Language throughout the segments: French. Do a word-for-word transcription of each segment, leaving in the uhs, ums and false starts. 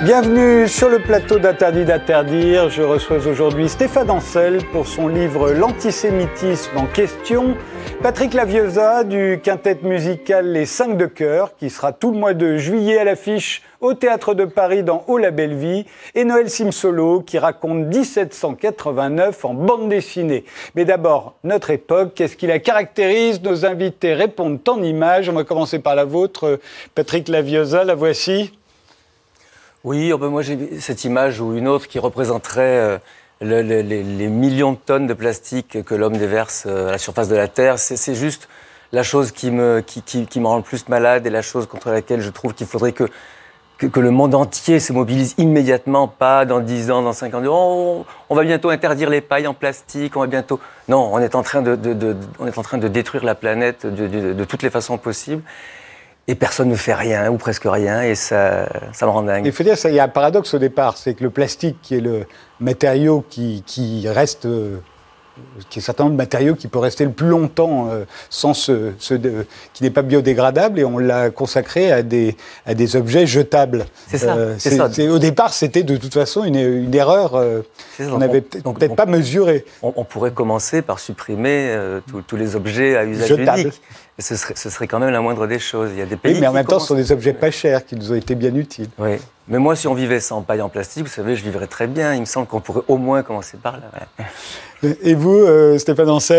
Bienvenue sur le plateau d'Interdit d'interdire. Je reçois aujourd'hui Stéphane Ancel pour son livre L'antisémitisme en question, Patrick Laviosa du quintet musical Les Cinq de Cœur, qui sera tout le mois de juillet à l'affiche au Théâtre de Paris dans Oh la belle vie, et Noël Simsolo qui raconte dix-sept cent quatre-vingt-neuf en bande dessinée. Mais d'abord, notre époque, qu'est-ce qui la caractérise? Nos invités répondent en images. On va commencer par la vôtre, Patrick Laviosa, la voici. Oui, oh ben moi j'ai cette image ou une autre qui représenterait euh, le, le, les, les millions de tonnes de plastique que l'homme déverse euh, à la surface de la Terre. C'est, c'est juste la chose qui me, qui, qui, qui me rend le plus malade et la chose contre laquelle je trouve qu'il faudrait que, que, que le monde entier se mobilise immédiatement, pas dans dix ans, dans cinq ans. Oh, on va bientôt interdire les pailles en plastique, on va bientôt... Non, on est en train de, de, de, de, on est en train de détruire la planète de, de, de toutes les façons possibles. Et personne ne fait rien, ou presque rien, et ça, ça me rend dingue. Il faut dire qu'il y a un paradoxe au départ, c'est que le plastique, qui est le matériau qui, qui reste, euh, qui est un certain nombre de matériaux qui peut rester le plus longtemps euh, sans ce, ce de, qui n'est pas biodégradable, et on l'a consacré à des, à des objets jetables. C'est ça. Euh, c'est c'est, ça. C'est, au départ, c'était de toute façon une, une erreur euh, qu'on n'avait peut-être, donc, peut-être on, pas mesurée. On, on pourrait commencer par supprimer euh, tous les objets à usage jetables. Unique. Ce serait, ce serait quand même la moindre des choses. Il y a des pays oui, mais en même temps, commencent... ce sont des objets pas chers qui nous ont été bien utiles. Oui, mais moi, si on vivait sans paille en plastique, vous savez, je vivrais très bien. Il me semble qu'on pourrait au moins commencer par là. Ouais. Et vous, euh, Stéphane Ancel ?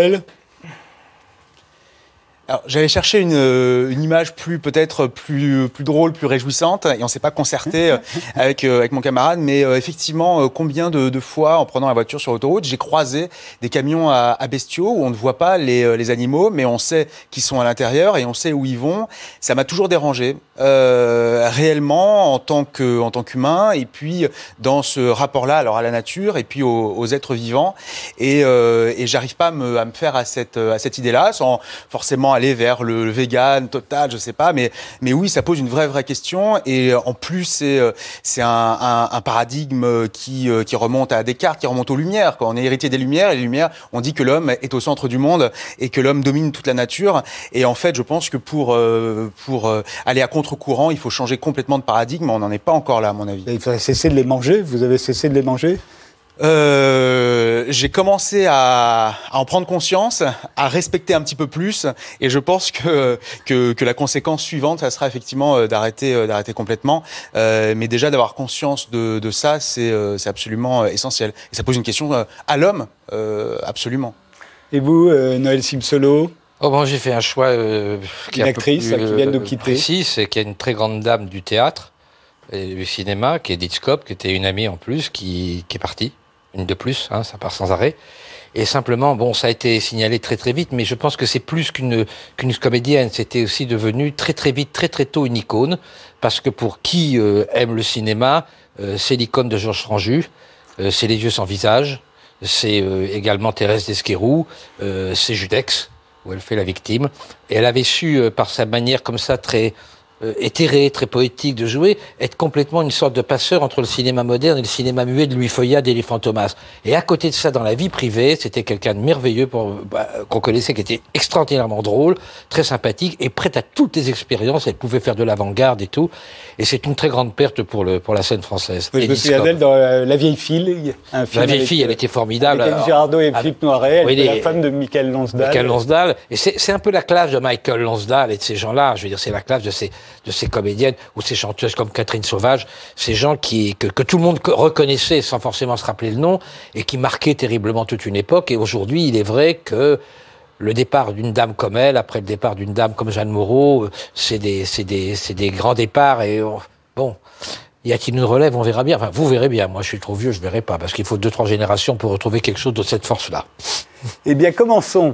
Alors, j'avais cherché une, une image plus peut-être plus plus drôle, plus réjouissante, et on s'est pas concerté avec euh, avec mon camarade, mais euh, effectivement, euh, combien de, de fois, en prenant la voiture sur l'autoroute, j'ai croisé des camions à, à bestiaux où on ne voit pas les, les animaux, mais on sait qu'ils sont à l'intérieur et on sait où ils vont. Ça m'a toujours dérangé, euh, réellement en tant que en tant qu'humain, et puis dans ce rapport-là, alors à la nature et puis aux, aux êtres vivants, et euh, et j'arrive pas à me, à me faire à cette à cette idée-là, sans forcément aller vers le, le vegan total, je sais pas, mais mais oui, ça pose une vraie vraie question, et en plus c'est c'est un, un, un paradigme qui qui remonte à Descartes, qui remonte aux Lumières. Quand on est héritier des Lumières, et les Lumières, on dit que l'homme est au centre du monde et que l'homme domine toute la nature. Et en fait, je pense que pour pour aller à contre-courant, il faut changer complètement de paradigme. On n'en est pas encore là, à mon avis. Il faudrait cesser de les manger. Vous avez cessé de les manger ? Euh, j'ai commencé à, à en prendre conscience, à respecter un petit peu plus, et je pense que que, que la conséquence suivante, ça sera effectivement d'arrêter euh, d'arrêter complètement. Euh, mais déjà d'avoir conscience de, de ça, c'est euh, c'est absolument essentiel. Et ça pose une question euh, à l'homme, euh, absolument. Et vous, euh, Noël Simsolo ? Oh bon, j'ai fait un choix euh, qui une est actrice un peu plus, qui vient de nous quitter. Précis, c'est qu'il y a une très grande dame du théâtre et du cinéma, qui est Edith Scope, qui était une amie en plus, qui, qui est partie. Une de plus, hein, ça part sans arrêt. Et simplement, bon, ça a été signalé très très vite, mais je pense que c'est plus qu'une qu'une comédienne. C'était aussi devenu très très vite, très très tôt une icône, parce que pour qui euh, aime le cinéma, euh, c'est l'icône de Georges Franju, euh, c'est Les Yeux sans visage, c'est euh, également Thérèse d'Esquerou, euh, c'est Judex, où elle fait la victime. Et elle avait su, euh, par sa manière comme ça, très... Euh, éthéré, très poétique de jouer, être complètement une sorte de passeur entre le cinéma moderne et le cinéma muet de Louis Feuillade et Éléphant Thomas. Et à côté de ça, dans la vie privée, c'était quelqu'un de merveilleux pour, bah, qu'on connaissait, qui était extraordinairement drôle, très sympathique et prête à toutes les expériences. Elle pouvait faire de l'avant-garde et tout. Et c'est une très grande perte pour, le, pour la scène française. Oui, je me souviens d'elle dans euh, La vieille fille. Un film la vieille avec, fille, elle était formidable. Avec Anne Girardot et Philippe Noiret, elle oui, était les, la femme de Michael Lonsdale. Michael Lonsdale. Et c'est, c'est un peu la classe de Michael Lonsdale et de ces gens-là. Je veux dire, c'est la classe de ces, de ces comédiennes ou ces chanteuses comme Catherine Sauvage, ces gens qui, que, que tout le monde reconnaissait sans forcément se rappeler le nom et qui marquaient terriblement toute une époque. Et aujourd'hui, il est vrai que le départ d'une dame comme elle, après le départ d'une dame comme Jeanne Moreau, c'est des, c'est des, c'est des grands départs. Et on, bon, y a-t-il une relève? On verra bien. Enfin, vous verrez bien. Moi, je suis trop vieux, je verrai pas, parce qu'il faut deux, trois générations pour retrouver quelque chose de cette force-là. Eh bien, commençons.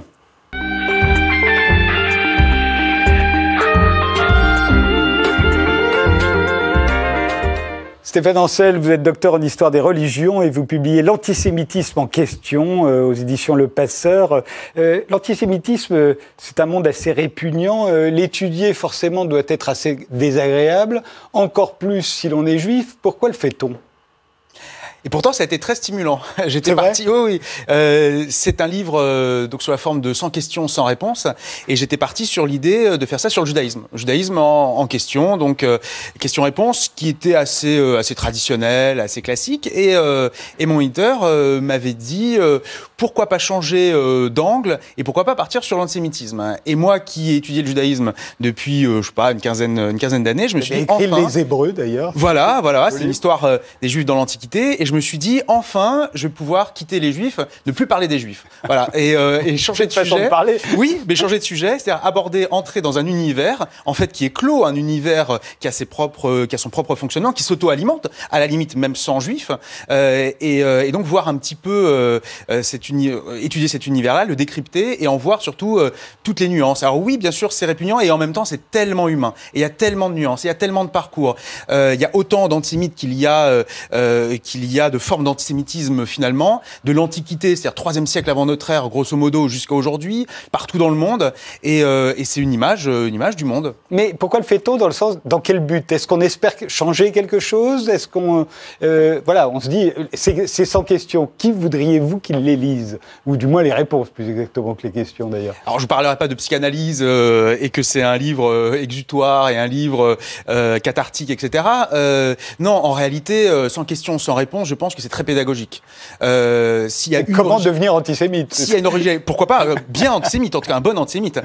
Stéphane Ancel, vous êtes docteur en histoire des religions et vous publiez L'antisémitisme en question euh, aux éditions Le Passeur. Euh, l'antisémitisme, euh, c'est un monde assez répugnant. Euh, l'étudier, forcément, doit être assez désagréable, encore plus si l'on est juif. Pourquoi le fait-on ? Et pourtant, ça a été très stimulant. J'étais C'est parti. Oui, oui. Euh, c'est un livre euh, donc sous la forme de cent questions, cent réponses, et j'étais parti sur l'idée de faire ça sur le judaïsme. Le judaïsme en, en question, donc euh, questions-réponses qui étaient assez euh, assez traditionnelles, assez classiques. Et euh, et mon éditeur euh, m'avait dit euh, pourquoi pas changer euh, d'angle et pourquoi pas partir sur l'antisémitisme. Et moi, qui ai étudié le judaïsme depuis euh, je sais pas une quinzaine une quinzaine d'années, je me suis dit écrit enfin. Les Hébreux d'ailleurs. Voilà, voilà, c'est l'histoire euh, des Juifs dans l'Antiquité, et je me suis dit enfin, je vais pouvoir quitter les Juifs, ne plus parler des Juifs, voilà, et, euh, et changer de façon sujet. de parler. Oui, mais changer de sujet, c'est-à-dire aborder, entrer dans un univers, en fait, qui est clos, un univers qui a ses propres, qui a son propre fonctionnement, qui s'auto-alimente, à la limite même sans Juifs, euh, et, euh, et donc voir un petit peu euh, cet uni- étudier cet univers-là, le décrypter et en voir surtout euh, toutes les nuances. Alors oui, bien sûr, c'est répugnant, et en même temps, c'est tellement humain, et il y a tellement de nuances, il y a tellement de parcours. Euh, il y a autant d'antisémites qu'il y a euh, euh, qu'il y a de formes d'antisémitisme finalement, de l'Antiquité, c'est-à-dire troisième siècle avant notre ère, grosso modo, jusqu'à aujourd'hui, partout dans le monde, et, euh, et c'est une image, une image du monde. Mais pourquoi le fait-on dans le sens, dans quel but? Est-ce qu'on espère changer quelque chose? Est-ce qu'on, euh, voilà, on se dit, c'est, c'est sans question. Qui voudriez-vous qu'il les lise? Ou du moins les réponses, plus exactement que les questions d'ailleurs. Alors je ne parlerai pas de psychanalyse euh, et que c'est un livre euh, exutoire et un livre euh, cathartique, et cetera. Euh, non, en réalité, euh, sans question, sans réponse, je pense que c'est très pédagogique. Euh, s'il y a une Comment origine... devenir antisémite? S'il y a une origine, pourquoi pas, euh, bien antisémite, en tout cas un bon antisémite.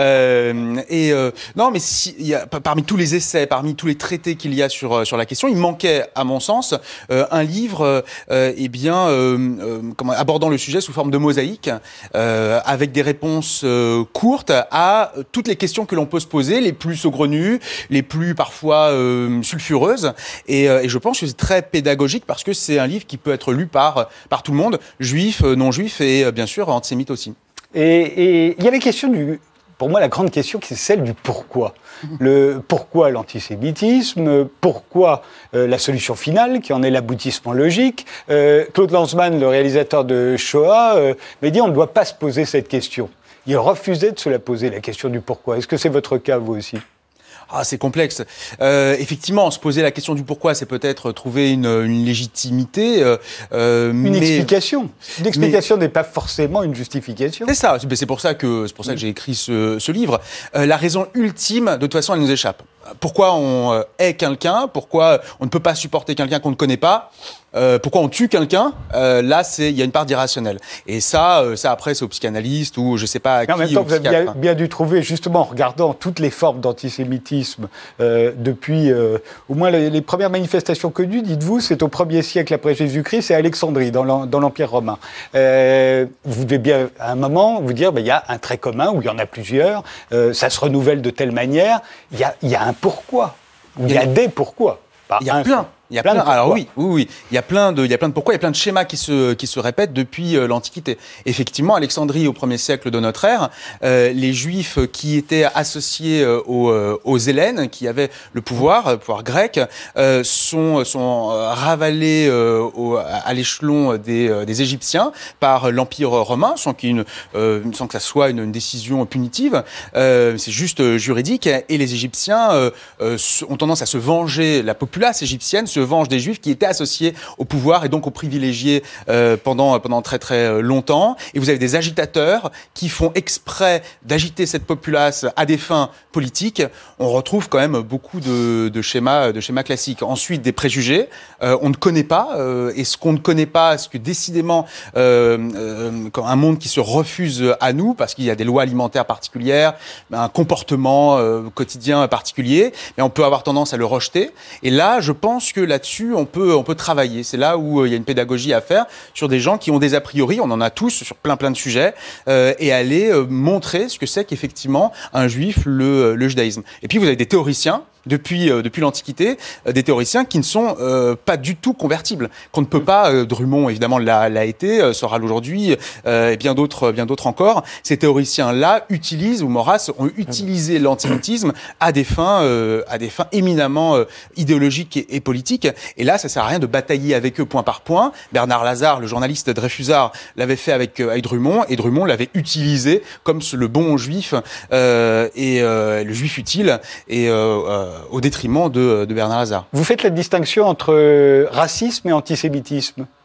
Euh, et euh, non, mais si, il y a, parmi tous les essais, parmi tous les traités qu'il y a sur sur la question, il manquait, à mon sens, euh, un livre, euh, eh bien, euh, euh, comment, abordant le sujet sous forme de mosaïque, euh, avec des réponses euh, courtes à toutes les questions que l'on peut se poser, les plus saugrenues, les plus parfois euh, sulfureuses. Et, euh, et je pense que c'est très pédagogique parce que c'est un livre qui peut être lu par par tout le monde, juifs, non juifs et euh, bien sûr antisémites aussi. Et il y a la question du... Pour moi, la grande question, c'est celle du pourquoi. Le pourquoi l'antisémitisme, pourquoi euh, la solution finale, qui en est l'aboutissement logique. Euh, Claude Lanzmann, le réalisateur de Shoah, euh, m'a dit on ne doit pas se poser cette question. Il refusait de se la poser, la question du pourquoi. Est-ce que c'est votre cas, vous aussi ? Ah, c'est complexe. Euh, effectivement, se poser la question du pourquoi, c'est peut-être trouver une, une légitimité. Euh, une mais... explication. Une explication mais... n'est pas forcément une justification. C'est ça. C'est pour ça que c'est pour ça que j'ai écrit ce, ce livre. Euh, la raison ultime, de toute façon, elle nous échappe. Pourquoi on hait quelqu'un? Pourquoi on ne peut pas supporter quelqu'un qu'on ne connaît pas? Euh, pourquoi on tue quelqu'un? euh, Là, c'est il y a une part d'irrationnel. Et ça, euh, ça après, c'est aux psychanalystes ou je sais pas à qui. En même temps, vous avez bien, bien dû trouver, justement, en regardant toutes les formes d'antisémitisme euh, depuis euh, au moins les, les premières manifestations connues. Dites-vous, c'est au premier siècle après Jésus-Christ, c'est Alexandrie dans l'Empire romain. Euh, vous devez bien, à un moment, vous dire, ben, il y a un trait commun ou il y en a plusieurs. Euh, ça se renouvelle de telle manière. Il y a, il y a un pourquoi. Il y a des pourquoi. Il y a plein. Il y a plein, plein de alors oui, oui, oui, il y a plein de, il y a plein de pourquoi, il y a plein de schémas qui se, qui se répètent depuis euh, l'Antiquité. Effectivement, Alexandrie au premier siècle de notre ère, euh, les Juifs qui étaient associés euh, aux, euh, aux Hellènes, qui avaient le pouvoir, le pouvoir grec, euh, sont, sont ravalés euh, au, à l'échelon des, euh, des Égyptiens par l'Empire romain, sans qu'une, euh, sans que ça soit une, une décision punitive. Euh, c'est juste euh, juridique. Et les Égyptiens euh, euh, ont tendance à se venger, la populace égyptienne se venge des Juifs qui étaient associés au pouvoir et donc aux privilégiés euh, pendant pendant très très longtemps. Et vous avez des agitateurs qui font exprès d'agiter cette populace à des fins politiques. On retrouve quand même beaucoup de, de schémas de schémas classiques. Ensuite, des préjugés. Euh, on ne connaît pas euh, et ce qu'on ne connaît pas, ce que décidément euh, euh, un monde qui se refuse à nous parce qu'il y a des lois alimentaires particulières, un comportement euh, quotidien particulier, mais on peut avoir tendance à le rejeter. Et là, je pense que là-dessus, on peut, on peut travailler. C'est là où euh, il y a une pédagogie à faire sur des gens qui ont des a priori, on en a tous sur plein plein de sujets, euh, et aller euh, montrer ce que c'est qu'effectivement un juif, le, le judaïsme. Et puis vous avez des théoriciens, depuis, euh, depuis l'Antiquité, euh, des théoriciens qui ne sont euh, pas du tout convertibles, qu'on ne peut pas, euh, Drummond évidemment l'a, l'a été, euh, sera l'aujourd'hui, euh, et bien d'autres, bien d'autres encore. Ces théoriciens-là utilisent, ou Maurras, ont utilisé l'antisémitisme à des fins, euh, à des fins éminemment euh, idéologiques et, et politiques. Et là, ça sert à rien de batailler avec eux point par point. Bernard Lazare, le journaliste Dreyfusard, l'avait fait avec, euh, avec Drummond, et Drummond l'avait utilisé comme le bon juif euh, et euh, le juif utile, et euh, euh, au détriment de, de Bernard Lazare. Vous faites la distinction entre racisme et antisémitisme ?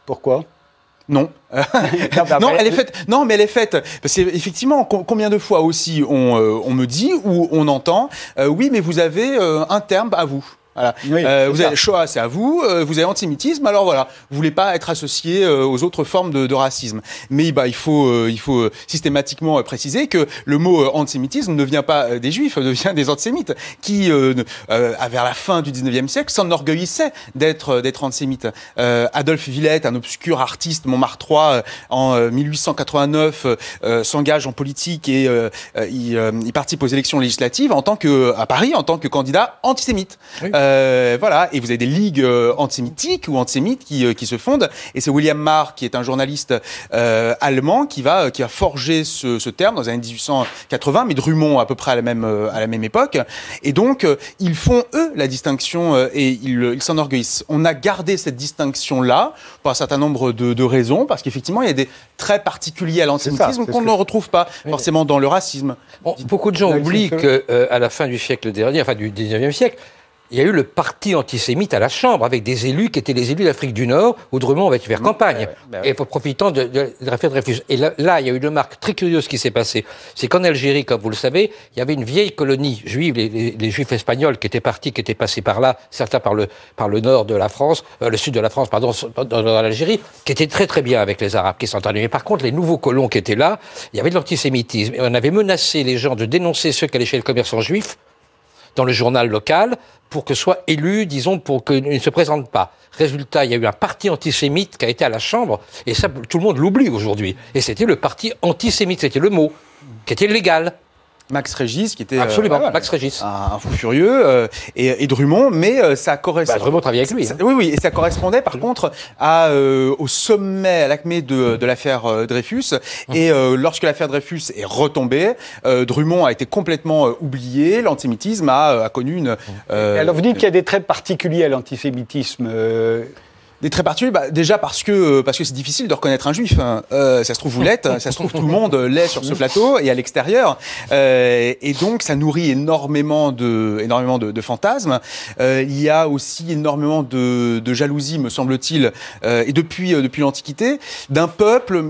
Pourquoi ? Non. non, bah, non, elle est faite. Non, mais elle est faite. Parce qu'effectivement, combien de fois aussi on, euh, on me dit ou on entend, euh, oui, mais vous avez euh, un terme à vous. Voilà. Oui, euh, vous ça. avez le Shoah, c'est à vous. Euh, vous avez antisémitisme, alors voilà. Vous voulez pas être associé euh, aux autres formes de, de racisme. Mais bah il faut euh, il faut systématiquement euh, préciser que le mot euh, antisémitisme ne vient pas euh, des Juifs, ne vient des antisémites qui euh, euh, vers la fin du dix-neuvième siècle s'enorgueillissaient d'être d'être antisémites. Euh, Adolphe Villette, un obscur artiste montmartrois, euh, en euh, mille huit cent quatre-vingt-neuf euh, s'engage en politique et euh, il, euh, il participe aux élections législatives en tant que à Paris en tant que candidat antisémite. Oui. Euh, Euh, voilà, et vous avez des ligues euh, antisémitiques ou antisémites qui, euh, qui se fondent. Et c'est William Marr, qui est un journaliste euh, allemand, qui va, qui va forger ce, ce terme dans les années dix-huit cent quatre-vingts, mais Drummond à peu près à la même, euh, à la même époque. Et donc, euh, ils font, eux, la distinction euh, et ils, ils s'enorgueillissent. On a gardé cette distinction-là pour un certain nombre de, de raisons, parce qu'effectivement, il y a des traits particuliers à l'antisémitisme qu'on que... ne retrouve pas forcément dans le racisme. Bon, beaucoup de gens oublient qu'à euh, la fin du siècle dernier, enfin du dix-neuvième siècle, il y a eu le parti antisémite à la Chambre, avec des élus qui étaient les élus d'Afrique du Nord, où Drummond va faire campagne, ouais, ouais, ouais. et profitant de, de, de l'affaire Dreyfus. Et là, là, il y a eu une remarque très curieuse qui s'est passée. C'est qu'en Algérie, comme vous le savez, il y avait une vieille colonie juive, les, les, les Juifs espagnols qui étaient partis, qui étaient passés par là, certains par le, par le nord de la France, euh, le sud de la France, pardon, dans, dans l'Algérie, qui étaient très très bien avec les Arabes, qui s'entendaient. Mais par contre, les nouveaux colons qui étaient là, il y avait de l'antisémitisme. Et on avait menacé les gens de dénoncer ceux qui allaient chez le commerçant juif, dans le journal local, pour que soit élu, disons, pour qu'il ne se présente pas. Résultat, il y a eu un parti antisémite qui a été à la Chambre, et ça, tout le monde l'oublie aujourd'hui. Et c'était le parti antisémite, c'était le mot, qui était légal. Max Régis, qui était absolument, euh, voilà, Max Régis, un, un fou furieux, euh, et, et Drummond, mais euh, ça correspondait. Bah, Drummond travaillait avec lui. Ça, hein. Oui, oui, et ça correspondait par contre à, euh, au sommet, à l'acmé de, de l'affaire euh, Dreyfus. Mmh. Et euh, lorsque l'affaire Dreyfus est retombée, euh, Drummond a été complètement euh, oublié. L'antisémitisme a, a connu une. Euh, Alors vous dites qu'il y a des traits particuliers à l'antisémitisme. Euh... Des traits particuliers, bah, déjà parce que parce que c'est difficile de reconnaître un juif. Hein. Euh, ça se trouve vous l'êtes, ça se trouve tout le monde l'est sur ce plateau et à l'extérieur. Euh, et donc ça nourrit énormément de énormément de, de fantasmes. Euh, il y a aussi énormément de, de jalousie, me semble-t-il, euh, et depuis euh, depuis l'Antiquité, d'un peuple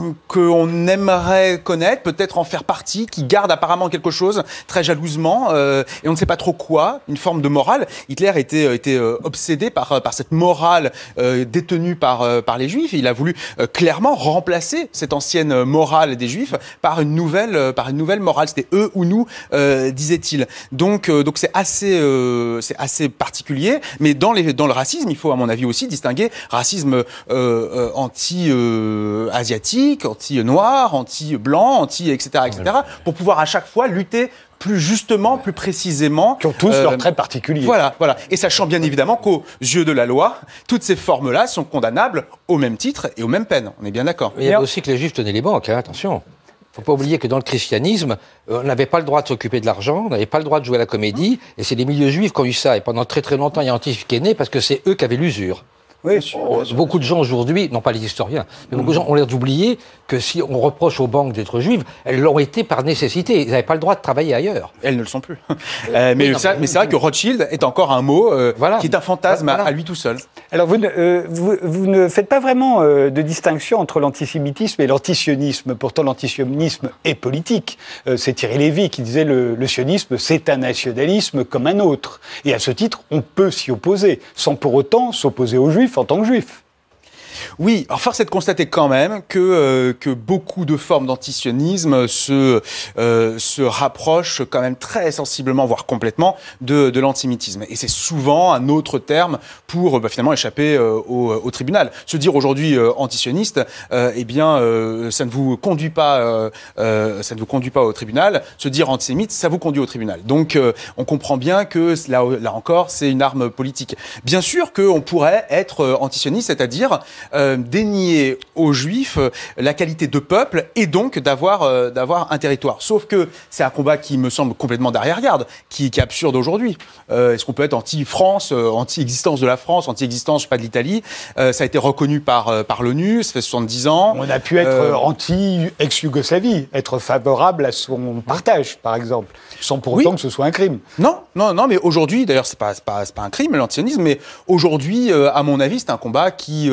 qu'on aimerait connaître, peut-être en faire partie, qui garde apparemment quelque chose très jalousement, euh, et on ne sait pas trop quoi, une forme de morale. Hitler était était euh, obsédé par par cette morale. Euh, détenu par, euh, par les Juifs. Il a voulu euh, clairement remplacer cette ancienne morale des Juifs par une nouvelle, euh, par une nouvelle morale. C'était eux ou nous, euh, disait-il. Donc, euh, donc c'est assez, euh, c'est assez particulier. Mais dans, les, dans le racisme, il faut, à mon avis, aussi distinguer racisme euh, euh, anti-asiatique, euh, anti-noir, anti-blanc, anti, et cetera, et cetera, pour pouvoir à chaque fois lutter plus justement, plus précisément. Qui ont tous euh, leurs traits particuliers. Voilà, voilà. Et sachant bien évidemment qu'aux yeux de la loi, toutes ces formes-là sont condamnables au même titre et aux mêmes peines. On est bien d'accord. Il y a aussi que les Juifs tenaient les banques, hein, attention. Il ne faut pas oublier que dans le christianisme, on n'avait pas le droit de s'occuper de l'argent, on n'avait pas le droit de jouer à la comédie, et c'est les milieux juifs qui ont eu ça. Et pendant très très longtemps, il y a Antifa qui est né parce que c'est eux qui avaient l'usure. Oui, oh, beaucoup de gens aujourd'hui, non pas les historiens, mais beaucoup de gens ont l'air d'oublier que si on reproche aux banques d'être juives, elles l'ont été par nécessité. Ils n'avaient pas le droit de travailler ailleurs. Elles ne le sont plus. euh, mais oui, mais c'est vrai que Rothschild est encore un mot euh, voilà. qui est un fantasme voilà. à, à lui tout seul. Alors vous, euh, vous, vous ne faites pas vraiment euh, de distinction entre l'antisémitisme et l'antisionisme. Pourtant, l'antisionisme est politique. Euh, c'est Thierry Lévy qui disait le, le sionisme, c'est un nationalisme comme un autre. Et à ce titre, on peut s'y opposer, sans pour autant s'opposer aux Juifs en tant que Juifs. Oui, alors force est de constater quand même que, euh, que beaucoup de formes d'antisionisme se, euh, se rapprochent quand même très sensiblement, voire complètement, de, de l'antisémitisme. Et c'est souvent un autre terme pour bah, finalement échapper euh, au, au tribunal. Se dire aujourd'hui euh, antisioniste, euh, eh bien, euh, ça ne vous conduit pas, euh, euh, ça ne vous conduit pas au tribunal. Se dire antisémite, ça vous conduit au tribunal. Donc, euh, on comprend bien que là, là encore, c'est une arme politique. Bien sûr qu'on pourrait être antisioniste, c'est-à-dire Euh, dénier aux Juifs euh, la qualité de peuple et donc d'avoir euh, d'avoir un territoire. Sauf que c'est un combat qui me semble complètement d'arrière-garde, qui, qui est absurde aujourd'hui. Euh, est-ce qu'on peut être anti-France, euh, anti-existence de la France, anti-existence, je sais pas, de l'Italie euh, Ça a été reconnu par euh, par l'ONU, ça fait soixante-dix ans. On a pu être euh, anti-ex-Yougoslavie, être favorable à son partage, par exemple, sans pour autant oui. que ce soit un crime. Non, non, non, mais aujourd'hui, d'ailleurs, c'est pas c'est pas c'est pas un crime l'antisionisme, mais aujourd'hui, euh, à mon avis, c'est un combat qui euh,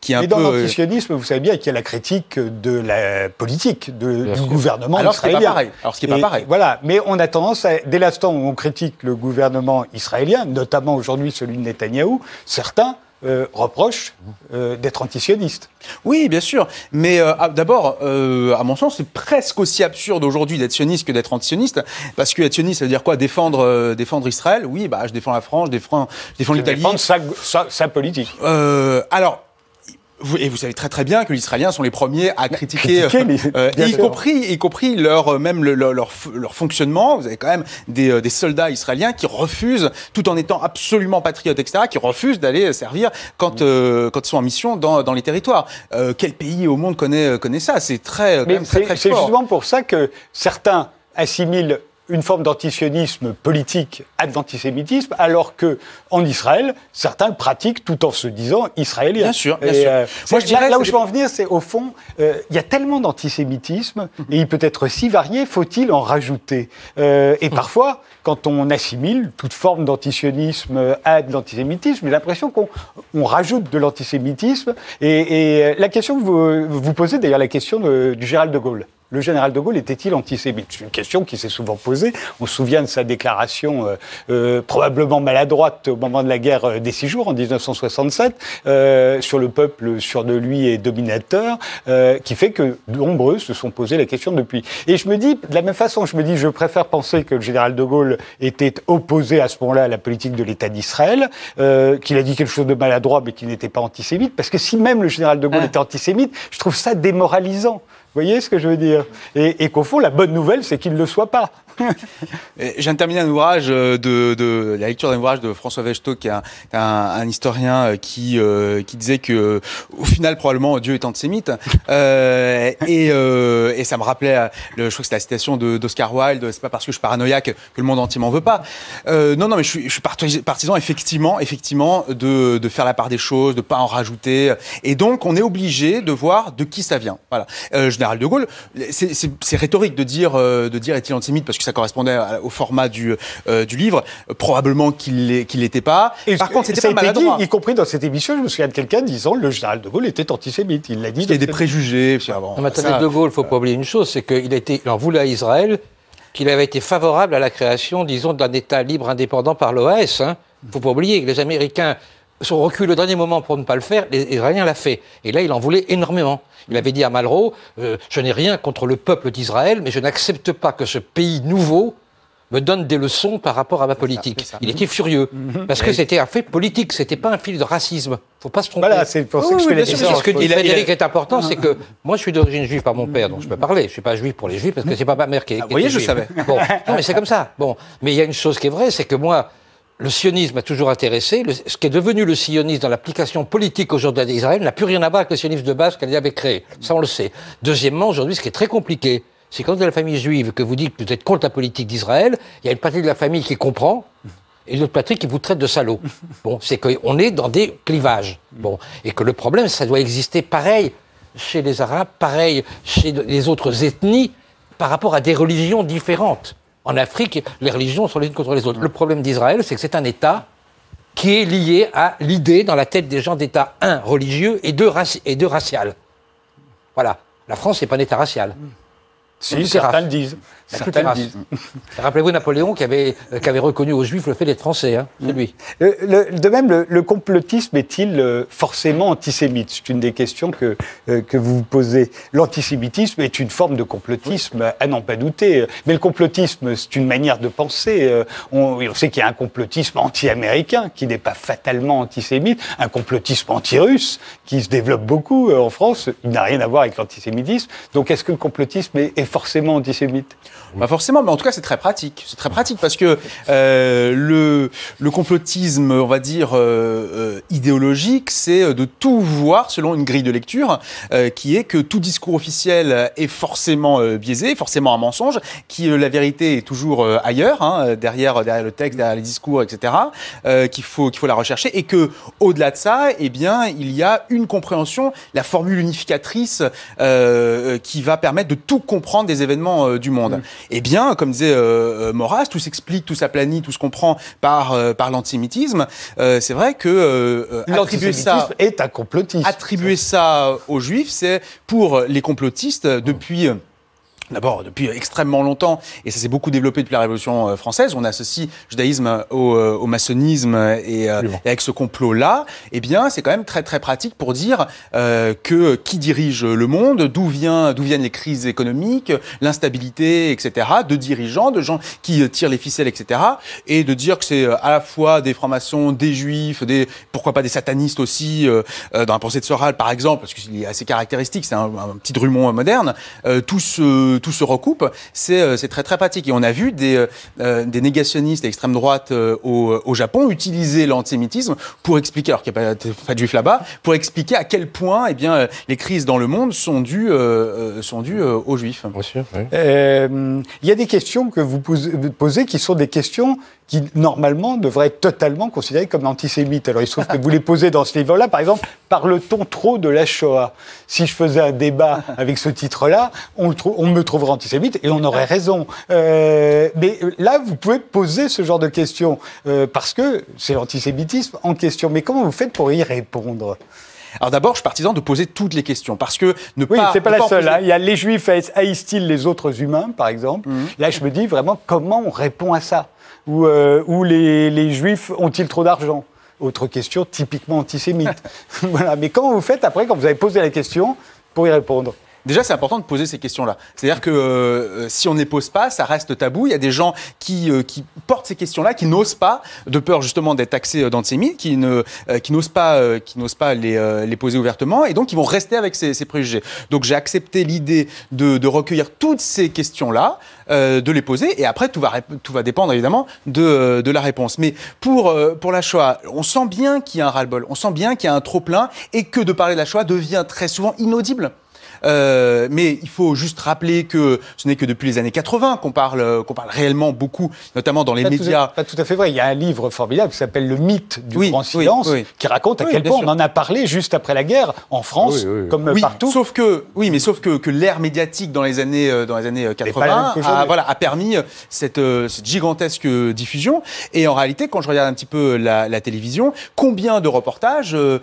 qui est un Et peu... dans l'antisionisme, vous savez bien qu'il y a la critique de la politique, de, du gouvernement Alors, israélien. Ce qui n'est pas pareil. Alors, ce qui n'est pas pareil. Voilà, mais on a tendance, à, dès l'instant où on critique le gouvernement israélien, notamment aujourd'hui celui de Netanyahou, certains euh, reprochent euh, d'être antisionistes. Oui, bien sûr. Mais euh, d'abord, euh, à mon sens, c'est presque aussi absurde aujourd'hui d'être sioniste que d'être antisioniste. Parce que être sioniste, ça veut dire quoi? Défendre, euh, défendre Israël? Oui, bah, je défends la France, je défends, je défends l'Italie. Défendre sa, sa, sa politique. Euh, alors... Vous, et vous savez très très bien que les Israéliens sont les premiers à critiquer, critiquer les, euh, y compris, y compris leur même le, leur, leur leur fonctionnement. Vous avez quand même des, des soldats israéliens qui refusent, tout en étant absolument patriotes, et cetera, qui refusent d'aller servir quand euh, quand ils sont en mission dans dans les territoires. Euh, quel pays au monde connaît connaît ça? C'est très, quand Mais même très très c'est fort. C'est justement pour ça que certains assimilent une forme d'antisionisme politique à de l'antisémitisme, alors que en Israël, certains le pratiquent tout en se disant israélien. Bien sûr, bien et sûr. Euh, Moi, je dirais là, là où c'est je veux en venir, c'est au fond, euh, il y a tellement d'antisémitisme, et il peut être si varié, faut-il en rajouter euh, Et parfois, quand on assimile toute forme d'antisionisme à de l'antisémitisme, j'ai l'impression qu'on on rajoute de l'antisémitisme. Et, et la question que vous, vous posez, d'ailleurs, la question de, du général de Gaulle. Le général de Gaulle était-il antisémite? C'est une question qui s'est souvent posée. On se souvient de sa déclaration euh, euh, probablement maladroite au moment de la guerre des Six Jours en dix-neuf cent soixante-sept euh, sur le peuple sûr de lui et dominateur, euh, qui fait que nombreux se sont posé la question depuis. Et je me dis, de la même façon, je me dis, je préfère penser que le général de Gaulle était opposé à ce moment-là à la politique de l'État d'Israël, euh, qu'il a dit quelque chose de maladroit mais qu'il n'était pas antisémite, parce que si même le général de Gaulle ah. était antisémite, je trouve ça démoralisant. Vous voyez ce que je veux dire? Et, et qu'au fond, la bonne nouvelle, c'est qu'il ne le soit pas. Je viens de terminer un ouvrage de, de la lecture d'un ouvrage de François Wechtold, qui est un, un, un historien qui euh, qui disait que au final probablement Dieu est antisémite. Euh, et, euh, et ça me rappelait, le, je crois que c'est la citation de, d'Oscar Wilde. C'est pas parce que je suis paranoïaque que le monde entier m'en veut pas. Euh, non, non, mais je suis, je suis partisan effectivement, effectivement, de, de faire la part des choses, de pas en rajouter. Et donc, on est obligé de voir de qui ça vient. Voilà. Euh, général de Gaulle, c'est, c'est, c'est rhétorique de dire, euh, de dire est-il antisémite parce que ça correspondait au format du, euh, du livre. Euh, probablement qu'il l'est, qu'il l'était pas. Et Par contre, c'était ça pas a été maladroit. dit, y compris dans cette émission, je me souviens de quelqu'un disant le général de Gaulle était antisémite. Il l'a dit. Il y a des préjugés. Puis, bon, non, mais attendez, de Gaulle, il ne faut pas oublier une chose, c'est qu'il était, il en voulait à Israël, qu'il avait été favorable à la création, disons, d'un État libre indépendant par l'O A S. Il hein. ne faut pas oublier que les Américains sont reculés au dernier moment pour ne pas le faire, les Israéliens l'ont fait. Et là, il en voulait énormément. Il avait dit à Malraux, euh, je n'ai rien contre le peuple d'Israël, mais je n'accepte pas que ce pays nouveau me donne des leçons par rapport à ma politique. C'est ça, c'est ça. Il était furieux, mmh. parce que c'était un fait politique, c'était pas un fil de racisme. Faut pas se tromper. Voilà, c'est pour ça que oui, je fais oui, la différence. Ce que dit Frédéric est important, c'est que moi, je suis d'origine juive par mon père, donc je peux parler. Je suis pas juif pour les juifs, parce que c'est pas ma mère qui est. Ah, vous voyez, je savais. Bon, non, mais c'est comme ça. Bon, mais il y a une chose qui est vraie, c'est que moi, le sionisme m'a toujours intéressé. Le, ce qui est devenu le sionisme dans l'application politique aujourd'hui d'Israël n'a plus rien à voir avec le sionisme de base qu'elle avait créé. Ça, on le sait. Deuxièmement, aujourd'hui, ce qui est très compliqué, c'est quand vous êtes de la famille juive que vous dites que vous êtes contre la politique d'Israël, il y a une partie de la famille qui comprend et une autre partie qui vous traite de salaud. Bon, c'est qu'on est dans des clivages. Bon, et que le problème, ça doit exister pareil chez les Arabes, pareil chez les autres ethnies, par rapport à des religions différentes. En Afrique, les religions sont les unes contre les autres. Le problème d'Israël, c'est que c'est un État qui est lié à l'idée dans la tête des gens d'État, un, religieux, et deux, raci- et deux racial. Voilà. La France, c'est pas un État racial. Si, certains le disent. Certains le disent. Rappelez-vous Napoléon qui avait, euh, qui avait reconnu aux Juifs le fait d'être français, hein, c'est lui. Le, le, de même, le, le complotisme est-il euh, forcément antisémite? C'est une des questions que, euh, que vous vous posez. L'antisémitisme est une forme de complotisme, oui. à n'en pas douter. Mais le complotisme, c'est une manière de penser. Euh, on, on sait qu'il y a un complotisme anti-américain qui n'est pas fatalement antisémite, un complotisme anti-russe qui se développe beaucoup euh, en France. Il n'a rien à voir avec l'antisémitisme. Donc, est-ce que le complotisme est, est forcément antisémite? Pas forcément, mais en tout cas, c'est très pratique. C'est très pratique parce que euh, le, le complotisme, on va dire, euh, euh, idéologique, c'est de tout voir selon une grille de lecture euh, qui est que tout discours officiel est forcément euh, biaisé, forcément un mensonge, qui euh, la vérité est toujours euh, ailleurs, hein, derrière, derrière le texte, derrière les discours, et cetera, euh, qu'il faut, qu'il faut la rechercher et que au-delà de ça, eh bien, il y a une compréhension, la formule unificatrice euh, qui va permettre de tout comprendre des événements euh, du monde. Mmh. Eh bien, comme disait euh, Maurras, tout s'explique, tout s'aplanit, tout se comprend par, euh, par l'antisémitisme. Euh, c'est vrai que euh, attribuer ça est un complotisme. Attribuer ça aux Juifs, c'est pour les complotistes depuis... D'abord, depuis extrêmement longtemps, et ça s'est beaucoup développé depuis la Révolution française, on associe le judaïsme au, au maçonnisme et, euh, et avec ce complot-là, eh bien, c'est quand même très très pratique pour dire euh, que qui dirige le monde, d'où vient, d'où viennent les crises économiques, l'instabilité, et cetera, de dirigeants, de gens qui tirent les ficelles, et cetera, et de dire que c'est à la fois des francs-maçons, des juifs, des pourquoi pas des satanistes aussi, euh, dans la pensée de Soral par exemple, parce qu'il est assez caractéristique, c'est un, un petit Drummond moderne, euh, tout ce tout se recoupe, c'est c'est très très pratique. Et on a vu des euh, des négationnistes d'extrême droite euh, au, au Japon utiliser l'antisémitisme pour expliquer, alors qu'il n'y a pas, pas de juifs là-bas, pour expliquer à quel point eh bien les crises dans le monde sont dues euh, sont dues euh, aux juifs. Bien sûr. Oui. Euh, il y a des questions que vous posez qui sont des questions qui, normalement, devraient être totalement considérées comme antisémites. Alors, il se trouve que vous les posez dans ce livre-là. Par exemple, parle-t-on trop de la Shoah ? Si je faisais un débat avec ce titre-là, on, le trou- on me trouverait antisémite et on aurait raison. Euh, mais là, vous pouvez poser ce genre de questions euh, parce que c'est l'antisémitisme en question. Mais comment vous faites pour y répondre ? Alors d'abord, je suis partisan de poser toutes les questions, parce que ne oui, pas... c'est pas ne la pas seule. poser... Hein. Il y a les Juifs haïssent-ils les autres humains, par exemple. Mmh. Là, je me dis vraiment comment on répond à ça. Ou, euh, ou les, les Juifs ont-ils trop d'argent ? Autre question typiquement antisémite. Voilà. Mais comment vous faites après, quand vous avez posé la question, pour y répondre ? Déjà, c'est important de poser ces questions-là. C'est-à-dire que euh, si on ne les pose pas, ça reste tabou. Il y a des gens qui, euh, qui portent ces questions-là, qui n'osent pas, de peur justement d'être taxés d'antisémites, qui ne, euh, qui n'osent pas, euh, qui n'osent pas les, euh, les poser ouvertement, et donc ils vont rester avec ces, ces préjugés. Donc j'ai accepté l'idée de, de recueillir toutes ces questions-là, euh, de les poser, et après tout va, tout va dépendre évidemment de, de la réponse. Mais pour, euh, pour la Shoah, on sent bien qu'il y a un ras-le-bol, on sent bien qu'il y a un trop-plein, et que de parler de la Shoah devient très souvent inaudible. Euh, mais il faut juste rappeler que ce n'est que depuis les années quatre-vingts qu'on parle, qu'on parle réellement beaucoup, notamment dans les pas médias. Tout, pas tout à fait vrai. Il y a un livre formidable qui s'appelle Le mythe du oui, grand silence, oui, oui. qui raconte à oui, quel point sûr. on en a parlé juste après la guerre, en France, oui, oui, comme oui, partout. Sauf que, oui, mais sauf que, que l'ère médiatique dans les années, dans les années quatre-vingts a, voilà, a permis cette, cette gigantesque diffusion. Et en réalité, quand je regarde un petit peu la, la télévision, combien de reportages, euh,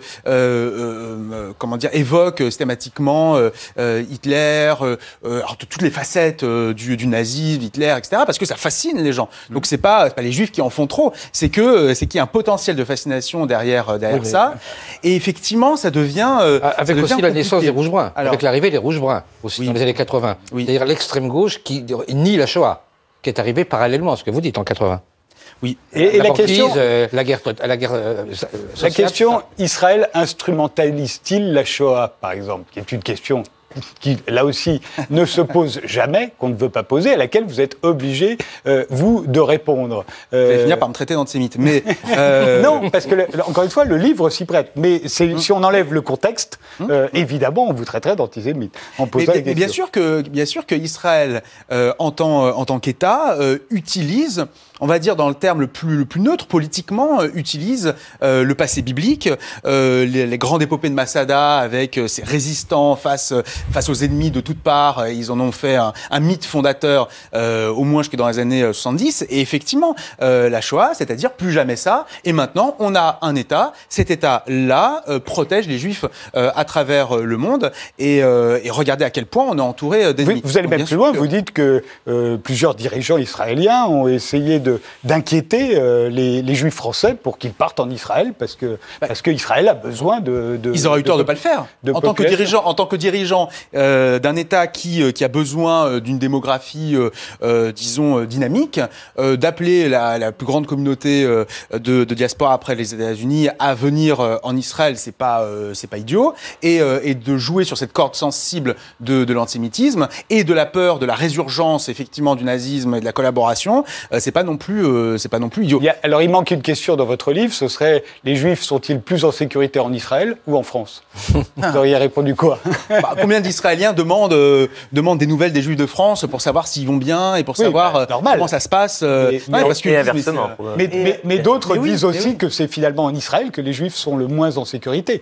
euh, comment dire, évoquent systématiquement euh, Hitler, Euh, alors, de toutes les facettes euh, du, du nazisme, Hitler, et cetera, parce que ça fascine les gens. Mmh. Donc c'est pas, c'est pas les Juifs qui en font trop, c'est que c'est qu'il y a un potentiel de fascination derrière derrière oui, ça. Mais... Et effectivement, ça devient euh, avec ça devient aussi compliqué. La naissance des Rouges Bruns, alors, avec l'arrivée des Rouges Bruns aussi oui. dans les années quatre-vingts. Oui. C'est-à-dire l'extrême gauche qui nie la Shoah, qui est arrivée parallèlement à ce que vous dites en quatre-vingts. Oui. Et, et la, la banquise, question, euh, la guerre, la guerre euh, sociale, la question, Israël instrumentalise-t-il la Shoah, par exemple, qui est une question qui, là aussi, ne se pose jamais, qu'on ne veut pas poser, à laquelle vous êtes obligé, euh, vous, de répondre. Euh... Vous allez finir par me traiter d'antisémite. Mais euh... non, parce que, le, encore une fois, le livre s'y prête. Mais c'est, mmh. si on enlève le contexte, euh, mmh. évidemment, on vous traiterait d'antisémite. En posant mais, mais bien sûr que, bien sûr que Israël, euh, en tant, en tant qu'État, euh, utilise, on va dire dans le terme le plus, le plus neutre politiquement, euh, utilise euh, le passé biblique, euh, les, les grandes épopées de Masada avec euh, ses résistants face, face aux ennemis de toutes parts. Ils en ont fait un, un mythe fondateur, euh, au moins jusque dans les années soixante-dix. Et effectivement, euh, la Shoah, c'est-à-dire plus jamais ça. Et maintenant, on a un État. Cet État-là euh, protège les Juifs euh, à travers le monde. Et, euh, et regardez à quel point on est entouré d'ennemis. Vous, vous allez même plus loin. Que... Vous dites que euh, plusieurs dirigeants israéliens ont essayé de d'inquiéter euh, les, les Juifs français pour qu'ils partent en Israël parce que parce qu'Israël a besoin de, de ils auraient eu tort de ne pas le faire en tant que dirigeant en tant que dirigeant euh, d'un État qui qui a besoin d'une démographie euh, euh, disons dynamique, euh, d'appeler la, la plus grande communauté euh, de, de diaspora après les États-Unis à venir euh, en Israël, c'est pas euh, c'est pas idiot, et, euh, et de jouer sur cette corde sensible de, de l'antisémitisme et de la peur de la résurgence effectivement du nazisme et de la collaboration, euh, c'est pas non plus euh, c'est pas non plus idiot. Il y a, alors il manque une question dans votre livre, ce serait les Juifs sont-ils plus en sécurité en Israël ou en France ? Vous auriez répondu quoi ? Bah, combien d'Israéliens demandent euh, demandent des nouvelles des Juifs de France pour savoir s'ils vont bien et pour oui, savoir bah, euh, comment ça se passe euh, mais, ouais, mais, parce que, et inversement. Mais, mais, mais, mais d'autres et, disent et, aussi oui. que c'est finalement en Israël que les Juifs sont le moins en sécurité.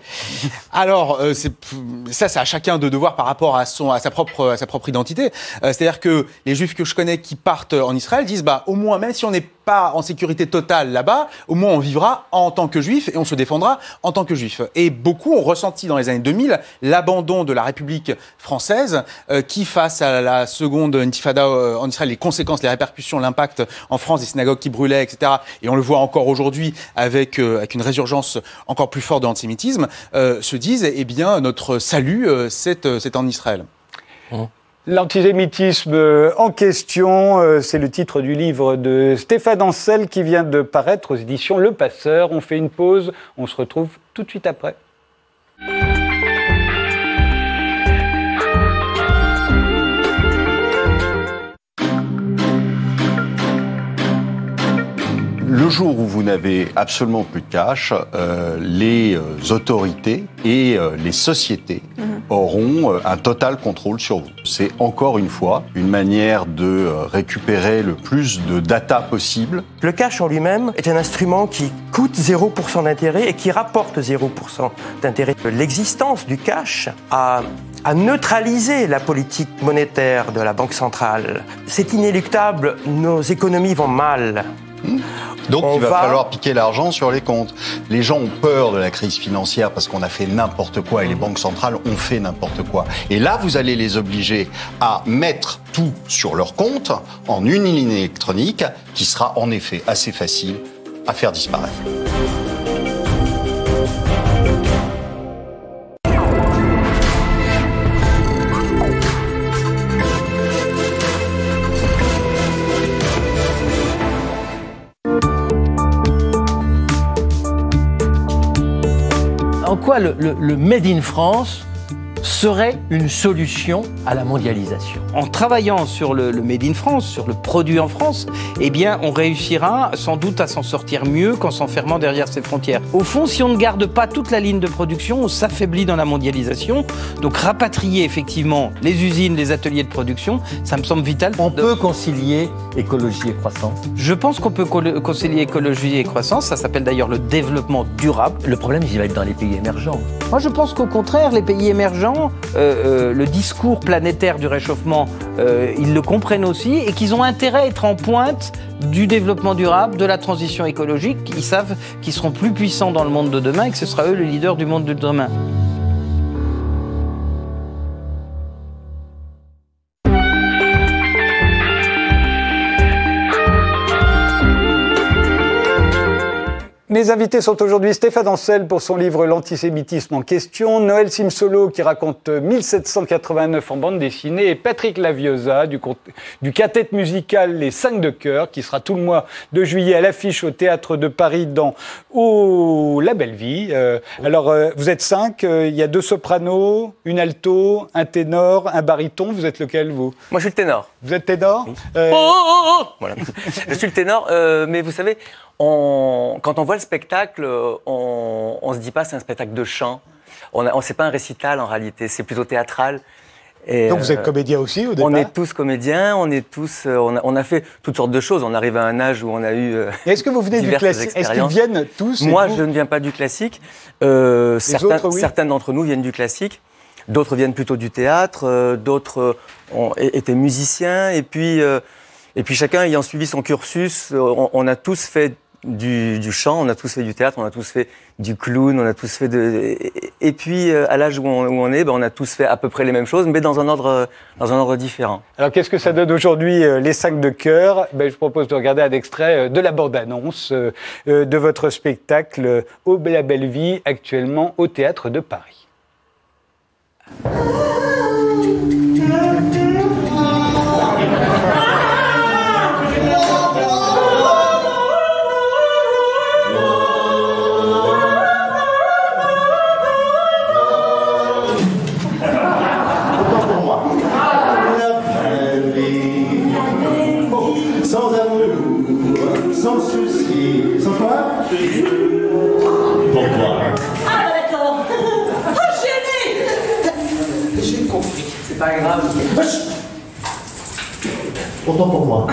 Alors, euh, c'est, ça, c'est à chacun de, de voir par rapport à, son, à, sa, propre, à sa propre identité. Euh, c'est-à-dire que les Juifs que je connais qui partent en Israël disent, bah, au moins, même si on n'est pas en sécurité totale là-bas, au moins on vivra en tant que Juif et on se défendra en tant que Juif. Et beaucoup ont ressenti dans les années deux mille l'abandon de la République française euh, qui, face à la seconde intifada euh, en Israël, les conséquences, les répercussions, l'impact en France des synagogues qui brûlaient, et cetera. Et on le voit encore aujourd'hui avec, euh, avec une résurgence encore plus forte de l'antisémitisme, euh, se disent, eh bien, notre salut, euh, c'est, c'est en Israël. Mmh. L'antisémitisme en question, c'est le titre du livre de Stéphane Ancel qui vient de paraître aux éditions Le Passeur. On fait une pause, on se retrouve tout de suite après. Le jour où vous n'avez absolument plus de cash, euh, les euh, autorités et euh, les sociétés mmh. auront euh, un total contrôle sur vous. C'est encore une fois une manière de euh, récupérer le plus de data possible. Le cash en lui-même est un instrument qui coûte zéro pour cent d'intérêt et qui rapporte zéro pour cent d'intérêt. L'existence du cash a à neutraliser la politique monétaire de la Banque centrale. C'est inéluctable, nos économies vont mal. Mmh. Donc on il va, va falloir piquer l'argent sur les comptes. Les gens ont peur de la crise financière parce qu'on a fait n'importe quoi et les banques centrales ont fait n'importe quoi. Et là, vous allez les obliger à mettre tout sur leur compte en une ligne électronique qui sera en effet assez facile à faire disparaître. En quoi le, le, le Made in France serait une solution à la mondialisation? En travaillant sur le, le Made in France, sur le produit en France, eh bien, on réussira sans doute à s'en sortir mieux qu'en s'enfermant derrière ses frontières. Au fond, si on ne garde pas toute la ligne de production, on s'affaiblit dans la mondialisation. Donc, rapatrier effectivement les usines, les ateliers de production, ça me semble vital. On de... peut concilier écologie et croissance? Je pense qu'on peut concilier écologie et croissance. Ça s'appelle d'ailleurs le développement durable. Le problème, il va être dans les pays émergents. Moi, je pense qu'au contraire, les pays émergents, Euh, euh, le discours planétaire du réchauffement, euh, ils le comprennent aussi et qu'ils ont intérêt à être en pointe du développement durable, de la transition écologique. Ils savent qu'ils seront plus puissants dans le monde de demain et que ce sera eux le leader du monde de demain. Mes invités sont aujourd'hui Stéphane Ancel pour son livre L'antisémitisme en question, Noël Simsolo qui raconte mille sept cent quatre-vingt-neuf en bande dessinée et Patrick Laviosa du, du quintet musical Les Cinq de Cœur qui sera tout le mois de juillet à l'affiche au Théâtre de Paris dans oh, La Belle Vie. Euh, alors euh, vous êtes cinq, euh, il y a deux sopranos, une alto, un ténor, un baryton. Vous êtes lequel vous? Moi je suis le ténor. Vous êtes ténor? Oui. euh... oh, oh, oh voilà. Je suis le ténor, euh, mais vous savez... On, quand on voit le spectacle, on ne se dit pas c'est un spectacle de chant. On, on c'est pas un récital en réalité, c'est plutôt théâtral. Et donc vous êtes comédien aussi au départ? On est tous comédiens, on est tous, on a, on a fait toutes sortes de choses. On arrive à un âge où on a eu. Euh, Est-ce que vous venez du classique? Est-ce qu'ils viennent tous? Moi, je ne viens pas du classique. Euh, certains, autres, oui. certains d'entre nous viennent du classique. D'autres viennent plutôt du théâtre. Euh, d'autres ont, étaient musiciens. Et puis, euh, et puis chacun ayant suivi son cursus, on, on a tous fait Du, du chant, on a tous fait du théâtre, on a tous fait du clown, on a tous fait de... Et, et puis, à l'âge où on, où on est, ben, on a tous fait à peu près les mêmes choses, mais dans un ordre, dans un ordre différent. Alors, qu'est-ce que ça donne aujourd'hui, euh, Les Cinq de Cœur? Ben, je propose de regarder un extrait de la bande-annonce euh, de votre spectacle Au La Belle Vie, actuellement au Théâtre de Paris. Sans souci, sans quoi? Pourquoi? Ah d'accord. Oh gêné. J'ai compris, c'est pas grave. Pourtant pour moi.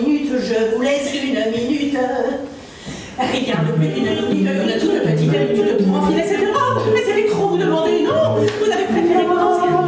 minute, je vous laisse une minute. Rien de plus qu'une minute, une toute petite minute pour enfiler cette robe. Mais c'était trop vous demander, non? Vous avez préféré commencer à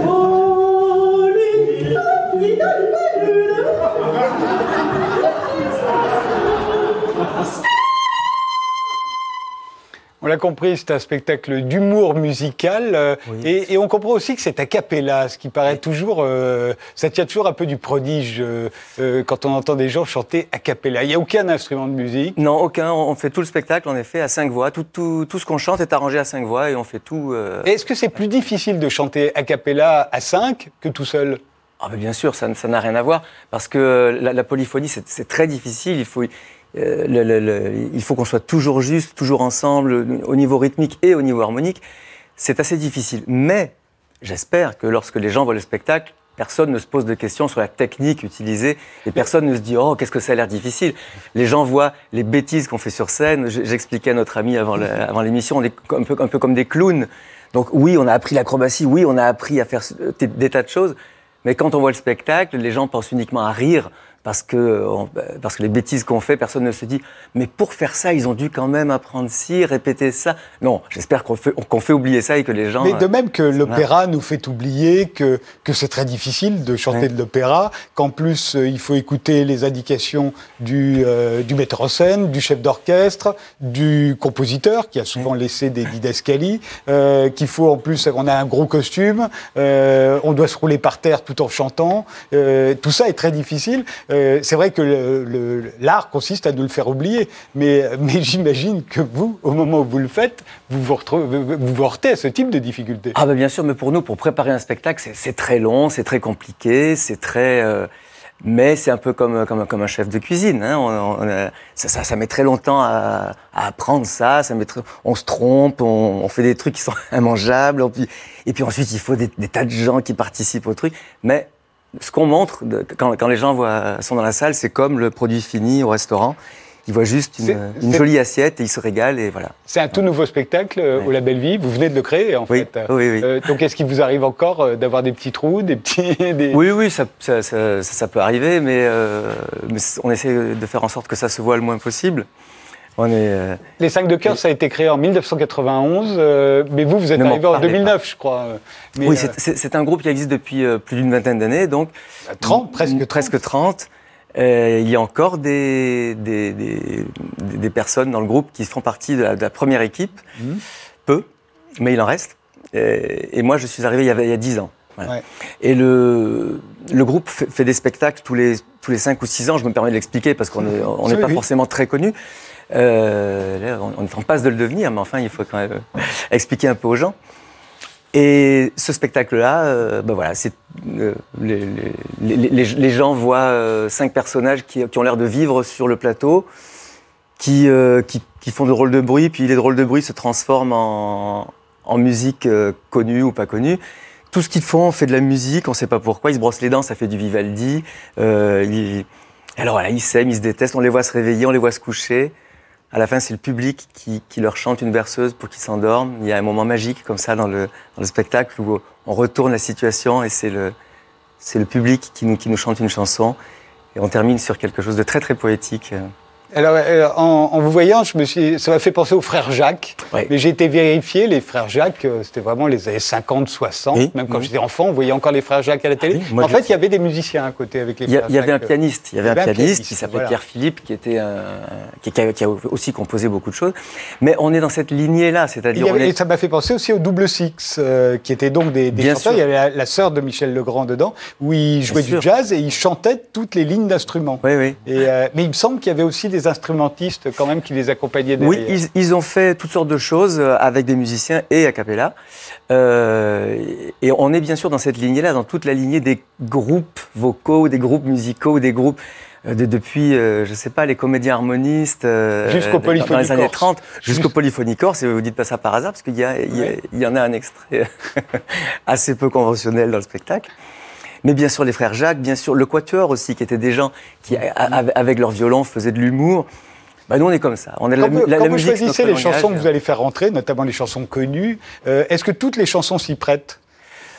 On l'a compris, c'est un spectacle d'humour musical euh, Oui. et, et on comprend aussi que c'est a cappella, ce qui paraît toujours, euh, ça tient toujours un peu du prodige euh, euh, quand on entend des gens chanter a cappella. Il n'y a aucun instrument de musique. Non, aucun. On fait tout le spectacle, en effet, à cinq voix. Tout, tout, tout ce qu'on chante est arrangé à cinq voix et on fait tout. Euh... Est-ce que c'est plus difficile de chanter a cappella à cinq que tout seul? Ah, mais bien sûr, ça ça n'a rien à voir parce que la, la polyphonie, c'est c'est très difficile. Il faut. Euh, le, le, le, il faut qu'on soit toujours juste, toujours ensemble, au niveau rythmique et au niveau harmonique. C'est assez difficile. Mais j'espère que lorsque les gens voient le spectacle, personne ne se pose de questions sur la technique utilisée et personne ne se dit « Oh, qu'est-ce que ça a l'air difficile ?» Les gens voient les bêtises qu'on fait sur scène. J'expliquais à notre ami avant le, avant l'émission, on est un peu, un peu comme des clowns. Donc oui, on a appris l'acrobatie, oui, on a appris à faire des tas de choses. Mais quand on voit le spectacle, les gens pensent uniquement à rire. Parce que, parce que les bêtises qu'on fait, personne ne se dit « Mais pour faire ça, ils ont dû quand même apprendre ci, répéter ça. » Non, j'espère qu'on fait, qu'on fait oublier ça et que les gens... Mais de même que l'opéra nous fait oublier que, que c'est très difficile de chanter ouais. de l'opéra, qu'en plus, euh, il faut écouter les indications du, euh, du metteur en scène, du chef d'orchestre, du compositeur, qui a souvent ouais. laissé des didascalies, euh, qu'il faut en plus, on a un gros costume, euh, on doit se rouler par terre tout en chantant. Euh, tout ça est très difficile. Euh, c'est vrai que le, le, l'art consiste à nous le faire oublier, mais, mais j'imagine que vous, au moment où vous le faites, vous vous, retrouvez, vous vous heurtez à ce type de difficultés. Ah ben bien sûr, mais pour nous, pour préparer un spectacle, c'est, c'est très long, c'est très compliqué, c'est très... Euh, mais c'est un peu comme, comme, comme un chef de cuisine. Hein. On, on, on, ça, ça, ça met très longtemps à, à apprendre ça, ça met très, on se trompe, on, on fait des trucs qui sont immangeables, et puis ensuite il faut des, des tas de gens qui participent au truc, mais... Ce qu'on montre, de, quand, quand les gens voient, sont dans la salle, c'est comme le produit fini au restaurant. Ils voient juste une, une jolie assiette et ils se régalent et voilà. C'est un tout nouveau spectacle euh, ouais. au Label Vie. Vous venez de le créer en oui. fait. Oui, oui. Euh, donc est-ce qu'il vous arrive encore euh, d'avoir des petits trous, des petits... Des... Oui, oui, ça, ça, ça, ça, ça peut arriver, mais, euh, mais on essaie de faire en sorte que ça se voit le moins possible. On est, euh... Les cinq de cœur, et... ça a été créé en dix-neuf cent quatre-vingt-onze, euh, mais vous, vous êtes ne arrivé en deux mille neuf, pas. Je crois. Mais, oui, euh... c'est, c'est un groupe qui existe depuis euh, plus d'une vingtaine d'années, donc... trente, presque trente. Presque trente. Euh, il y a encore des, des, des, des personnes dans le groupe qui font partie de la, de la première équipe, mmh. peu, mais il en reste. Et, et moi, je suis arrivé il y, avait, il y a dix ans. Voilà. Ouais. Et le, le groupe fait, fait des spectacles tous les, tous les cinq ou six ans, je me permets de l'expliquer parce qu'on n'est on n'est pas oui. forcément très connus. Euh, là, on est en passe de le devenir, mais enfin, il faut quand même expliquer un peu aux gens. Et ce spectacle-là, euh, ben voilà, c'est, euh, les, les, les, les gens voient euh, cinq personnages qui, qui ont l'air de vivre sur le plateau, qui, euh, qui, qui font de drôles de bruit, puis les drôles de bruit se transforment en, en musique euh, connue ou pas connue. Tout ce qu'ils font, on fait de la musique, on ne sait pas pourquoi, ils se brossent les dents, ça fait du Vivaldi. Euh, ils, alors voilà, ils s'aiment, ils se détestent, on les voit se réveiller, on les voit se coucher. À la fin, c'est le public qui, qui leur chante une berceuse pour qu'ils s'endorment. Il y a un moment magique comme ça dans le, dans le spectacle où on retourne la situation et c'est le, c'est le public qui nous, qui nous chante une chanson. Et on termine sur quelque chose de très très poétique. Alors, euh, en, en vous voyant, je me suis, ça m'a fait penser aux frères Jacques. Oui. Mais j'ai été vérifié, les frères Jacques, euh, c'était vraiment les années cinquante, soixante. Oui. Même quand oui. j'étais enfant, on voyait encore les frères Jacques à la télé. Oui, en fait, il y avait des musiciens à côté avec les frères Jacques. Il y avait un pianiste. Il y avait un pianiste, pianiste qui s'appelait voilà. Pierre Philippe, qui était un, qui, qui, a, qui a aussi composé beaucoup de choses. Mais on est dans cette lignée-là, c'est-à-dire. Il y avait, on est... Et ça m'a fait penser aussi au Double Six, euh, qui étaient donc des, des Bien chanteurs. sûr. Il y avait la, la sœur de Michel Legrand dedans, où il jouait Bien du sûr. jazz et il chantait toutes les lignes d'instruments. Oui, oui. Et, euh, mais il me semble qu'il y avait aussi des instrumentistes quand même qui les accompagnaient derrière. Oui, ils, ils ont fait toutes sortes de choses avec des musiciens et a cappella. Euh, et on est bien sûr dans cette lignée-là, dans toute la lignée des groupes vocaux, des groupes musicaux, des groupes de, depuis, euh, je sais pas, les comédiens harmonistes euh, jusqu'au Polyphonie dans les années trente, Juste... jusqu'au Polyphonie Corse. Et vous dites pas ça par hasard, parce qu'il y, a, il y, a, il y en a un extrait assez peu conventionnel dans le spectacle. Mais bien sûr les frères Jacques, bien sûr le Quatuor aussi, qui étaient des gens qui, avec leur violon, faisaient de l'humour. Bah nous on est comme ça. On est quand la, vous, la, quand la vous musique, choisissez les langage. chansons que vous allez faire rentrer, notamment les chansons connues, euh, est-ce que toutes les chansons s'y prêtent ?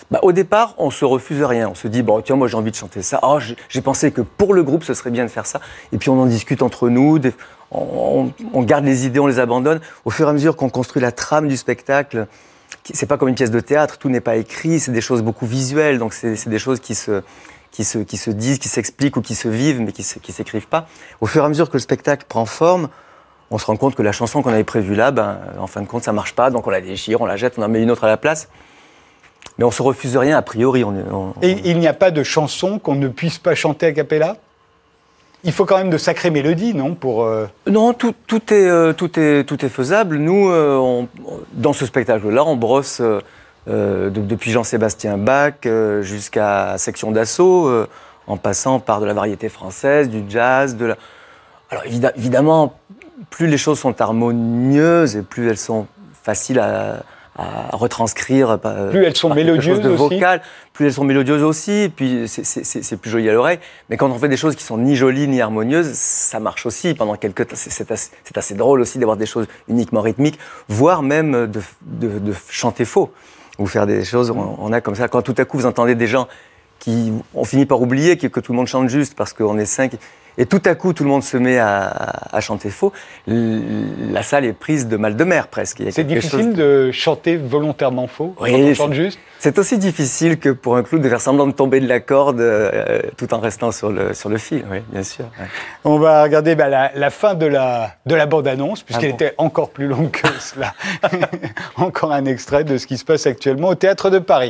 Bah, au départ, on se refuse rien. On se dit, bon, tiens, moi j'ai envie de chanter ça. Oh, j'ai, j'ai pensé que pour le groupe, ce serait bien de faire ça. Et puis on en discute entre nous. Des, on, on garde les idées, on les abandonne. Au fur et à mesure qu'on construit la trame du spectacle, c'est pas comme une pièce de théâtre, tout n'est pas écrit, c'est des choses beaucoup visuelles. Donc c'est, c'est des choses qui se, qui, se, qui se disent, qui s'expliquent ou qui se vivent, mais qui ne qui s'écrivent pas. Au fur et à mesure que le spectacle prend forme, on se rend compte que la chanson qu'on avait prévue là, ben, en fin de compte, ça marche pas, donc on la déchire, on la jette, on en met une autre à la place. Mais on se refuse rien, a priori. On, on, Et on... il n'y a pas de chanson qu'on ne puisse pas chanter a cappella ? Il faut quand même de sacrées mélodies, non pour euh... Non, tout, tout, est, euh, tout, est, tout est faisable. Nous, euh, on, dans ce spectacle-là, on brosse euh, de, depuis Jean-Sébastien Bach euh, jusqu'à Section d'Assaut, euh, en passant par de la variété française, du jazz, de la... Alors évidemment, évidemment plus les choses sont harmonieuses et plus elles sont faciles à, à retranscrire. Plus elles sont mélodieuses de aussi. vocal, plus elles sont mélodieuses aussi, et puis c'est, c'est, c'est, c'est plus joli à l'oreille. Mais quand on fait des choses qui sont ni jolies ni harmonieuses, ça marche aussi pendant quelques temps. C'est, c'est, assez, c'est assez drôle aussi d'avoir des choses uniquement rythmiques, voire même de, de, de chanter faux, ou faire des choses, on, on a comme ça, quand tout à coup vous entendez des gens qui, on finit par oublier que, que tout le monde chante juste parce qu'on est cinq, et tout à coup tout le monde se met à, à chanter faux, la salle est prise de mal de mer presque. C'est difficile chose... de chanter volontairement faux oui, quand on chante juste. C'est aussi difficile que pour un clown de faire semblant de tomber de la corde euh, tout en restant sur le, sur le fil, oui, bien sûr. Ouais. On va regarder bah, la, la fin de la, de la bande-annonce, puisqu'elle ah bon. était encore plus longue que cela. Encore un extrait de ce qui se passe actuellement au Théâtre de Paris.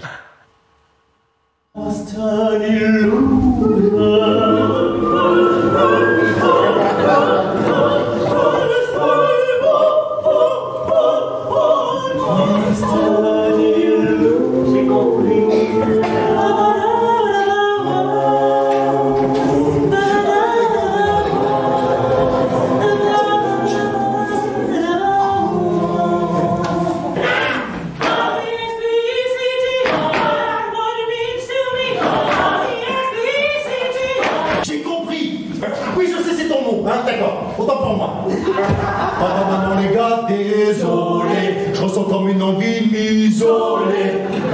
Pardon les gars, désolé, je ressens comme une envie de m'isoler.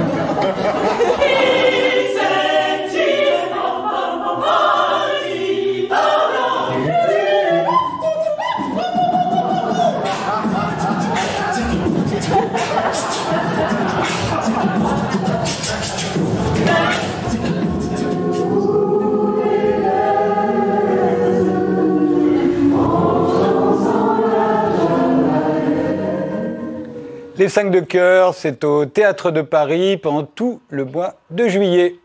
Les cinq de cœur, c'est au Théâtre de Paris pendant tout le mois de juillet.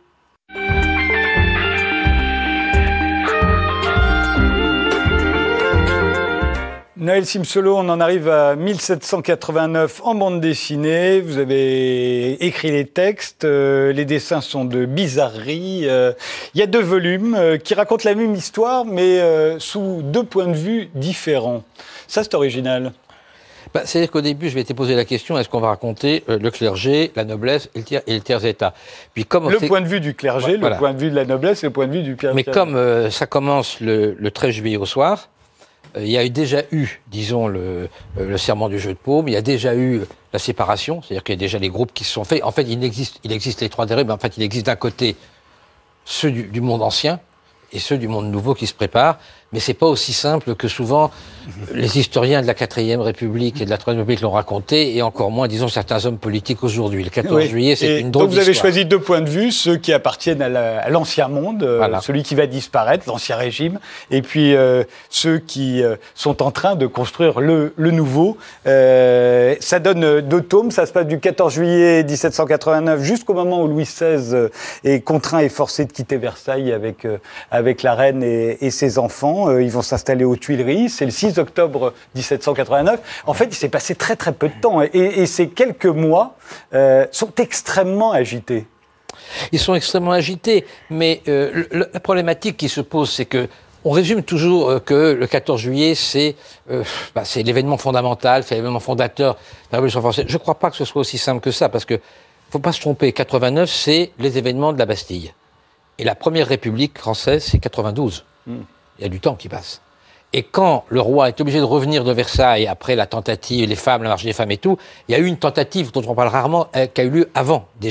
Noël Simsolo, on en arrive à mille sept cent quatre-vingt-neuf en bande dessinée. Vous avez écrit les textes, euh, les dessins sont de bizarrerie. Euh, il y a deux volumes euh, qui racontent la même histoire, mais euh, sous deux points de vue différents. Ça, c'est original. Bah, c'est-à-dire qu'au début, je vais te poser la question, est-ce qu'on va raconter euh, le clergé, la noblesse et le tiers, et le tiers état. Puis comme le point de vue du clergé, voilà. Le point de vue de la noblesse et le point de vue du tiers état. Mais comme euh, ça commence le, le treize juillet au soir, euh, il y a eu, déjà eu, disons, le, euh, le serment du jeu de paume, il y a déjà eu la séparation, c'est-à-dire qu'il y a déjà les groupes qui se sont faits. En fait, il existe, il existe les trois dérivés, mais en fait, il existe d'un côté ceux du, du monde ancien et ceux du monde nouveau qui se préparent. Mais c'est pas aussi simple que souvent les historiens de la quatrième République et de la troisième République l'ont raconté, et encore moins, disons, certains hommes politiques aujourd'hui. Le quatorze juillet, c'est et une drôle donc vous avez d'histoire. choisi deux points de vue, ceux qui appartiennent à, la, à l'ancien monde, voilà. euh, celui qui va disparaître, l'ancien régime, et puis euh, ceux qui euh, sont en train de construire le, le nouveau. Euh, ça donne deux tomes, ça se passe du quatorze juillet dix-sept cent quatre-vingt-neuf jusqu'au moment où Louis seize euh, est contraint et forcé de quitter Versailles avec, euh, avec la reine et, et ses enfants. Ils vont s'installer aux Tuileries. C'est le six octobre dix-sept cent quatre-vingt-neuf. En fait, il s'est passé très très peu de temps. Et, et ces quelques mois euh, sont extrêmement agités. Ils sont extrêmement agités. Mais euh, le, la problématique qui se pose, c'est que on résume toujours euh, que le quatorze juillet, c'est, euh, bah, c'est l'événement fondamental, c'est l'événement fondateur de la Révolution française. Je ne crois pas que ce soit aussi simple que ça, parce que faut pas se tromper. quatre-vingt-neuf, c'est les événements de la Bastille. Et la première République française, c'est quatre-vingt-douze. Mm. Il y a du temps qui passe. Et quand le roi est obligé de revenir de Versailles après la tentative, les femmes, la marche des femmes et tout, il y a eu une tentative dont on parle rarement, euh, qui a eu lieu avant déjà.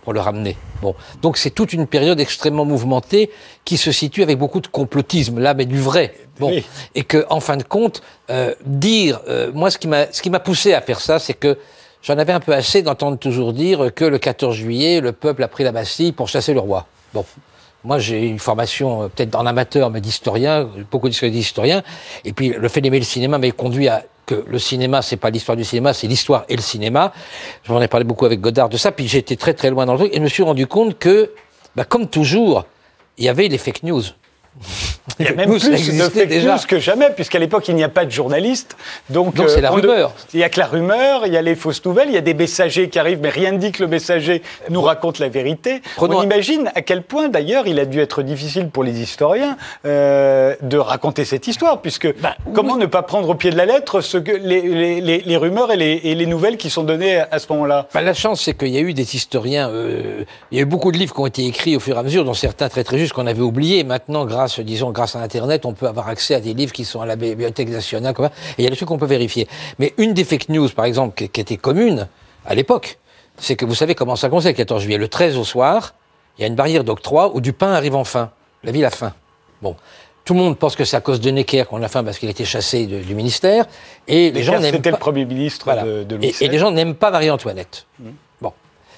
pour le ramener. Bon, donc c'est toute une période extrêmement mouvementée qui se situe avec beaucoup de complotisme, là, mais du vrai. Bon, oui. Et que, en fin de compte, euh, dire, euh, moi, ce qui m'a, ce qui m'a poussé à faire ça, c'est que j'en avais un peu assez d'entendre toujours dire que le quatorze juillet, le peuple a pris la Bastille pour chasser le roi. Bon. Moi, j'ai une formation euh, peut-être en amateur, mais d'historien, beaucoup d'historiens. Et puis, le fait d'aimer le cinéma m'a conduit à que le cinéma, c'est pas l'histoire du cinéma, c'est l'histoire et le cinéma. J'en ai parlé beaucoup avec Godard de ça, puis j'ai été très très loin dans le truc, et je me suis rendu compte que, bah, comme toujours, il y avait les fake news. Il y a même plus de fake news que jamais, puisqu'à l'époque, il n'y a pas de journalistes. Donc, donc c'est euh, la rumeur. De... Il n'y a que la rumeur, il y a les fausses nouvelles, il y a des messagers qui arrivent, mais rien ne dit que le messager nous raconte la vérité. Prenons On un... imagine à quel point, d'ailleurs, il a dû être difficile pour les historiens euh, de raconter cette histoire, puisque bah, comment oui. ne pas prendre au pied de la lettre ce que, les, les, les, les rumeurs et les, et les nouvelles qui sont données à ce moment-là? Bah, la chance, c'est qu'il y a eu des historiens, euh, il y a eu beaucoup de livres qui ont été écrits au fur et à mesure, dont certains très très justes qu'on avait oubliés. Maintenant, grâce, disons, grâce à Internet, on peut avoir accès à des livres qui sont à la Bibliothèque nationale, et il y a des trucs qu'on peut vérifier. Mais une des fake news, par exemple, qui, qui était commune à l'époque, c'est que vous savez comment ça commençait le quatorze juillet. Le treize au soir, il y a une barrière d'octroi où du pain arrive enfin. La ville a faim. Bon. Tout le monde pense que c'est à cause de Necker qu'on a faim parce qu'il a été chassé de, du ministère. Et les gens n'aiment pas. C'était le Premier ministre voilà. de, de Louis et, et les gens n'aiment pas Marie-Antoinette. Mmh. Bon.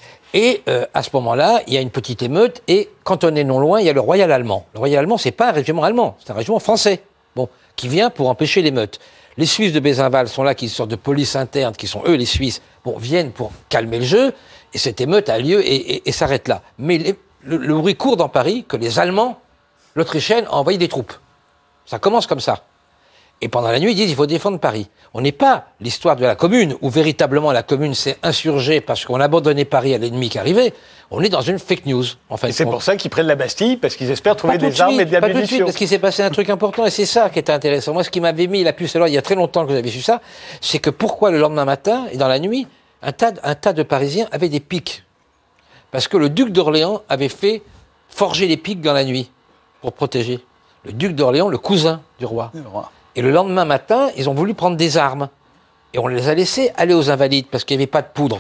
Et euh, à ce moment-là, il y a une petite émeute, et quand on est non loin, il y a le Royal Allemand. Le Royal Allemand, c'est pas un régiment allemand, c'est un régiment français, bon, qui vient pour empêcher l'émeute. Les Suisses de Bézinval sont là, qui sortent de police interne, qui sont eux, les Suisses, bon, viennent pour calmer le jeu, et cette émeute a lieu et, et, et s'arrête là. Mais les, le, le bruit court dans Paris que les Allemands, l'Autrichienne, ont envoyé des troupes. Ça commence comme ça. Et pendant la nuit, ils disent qu'il faut défendre Paris. On n'est pas l'histoire de la Commune, où véritablement la Commune s'est insurgée parce qu'on abandonnait Paris à l'ennemi qui arrivait. On est dans une fake news. En fait, et c'est pour ça qu'ils prennent la Bastille, parce qu'ils espèrent trouver des armes et de la munitions. Pas tout de suite, parce qu'il s'est passé un truc important, et c'est ça qui était intéressant. Moi, ce qui m'avait mis la puce à l'oreille, il y a très longtemps que j'avais su ça, c'est que pourquoi le lendemain matin, et dans la nuit, un tas, un tas de Parisiens avaient des piques. Parce que le duc d'Orléans avait fait forger les piques dans la nuit, pour protéger. Le duc d'Orléans, le cousin du roi. Le roi. Et le lendemain matin, ils ont voulu prendre des armes. Et on les a laissés aller aux Invalides, parce qu'il n'y avait pas de poudre.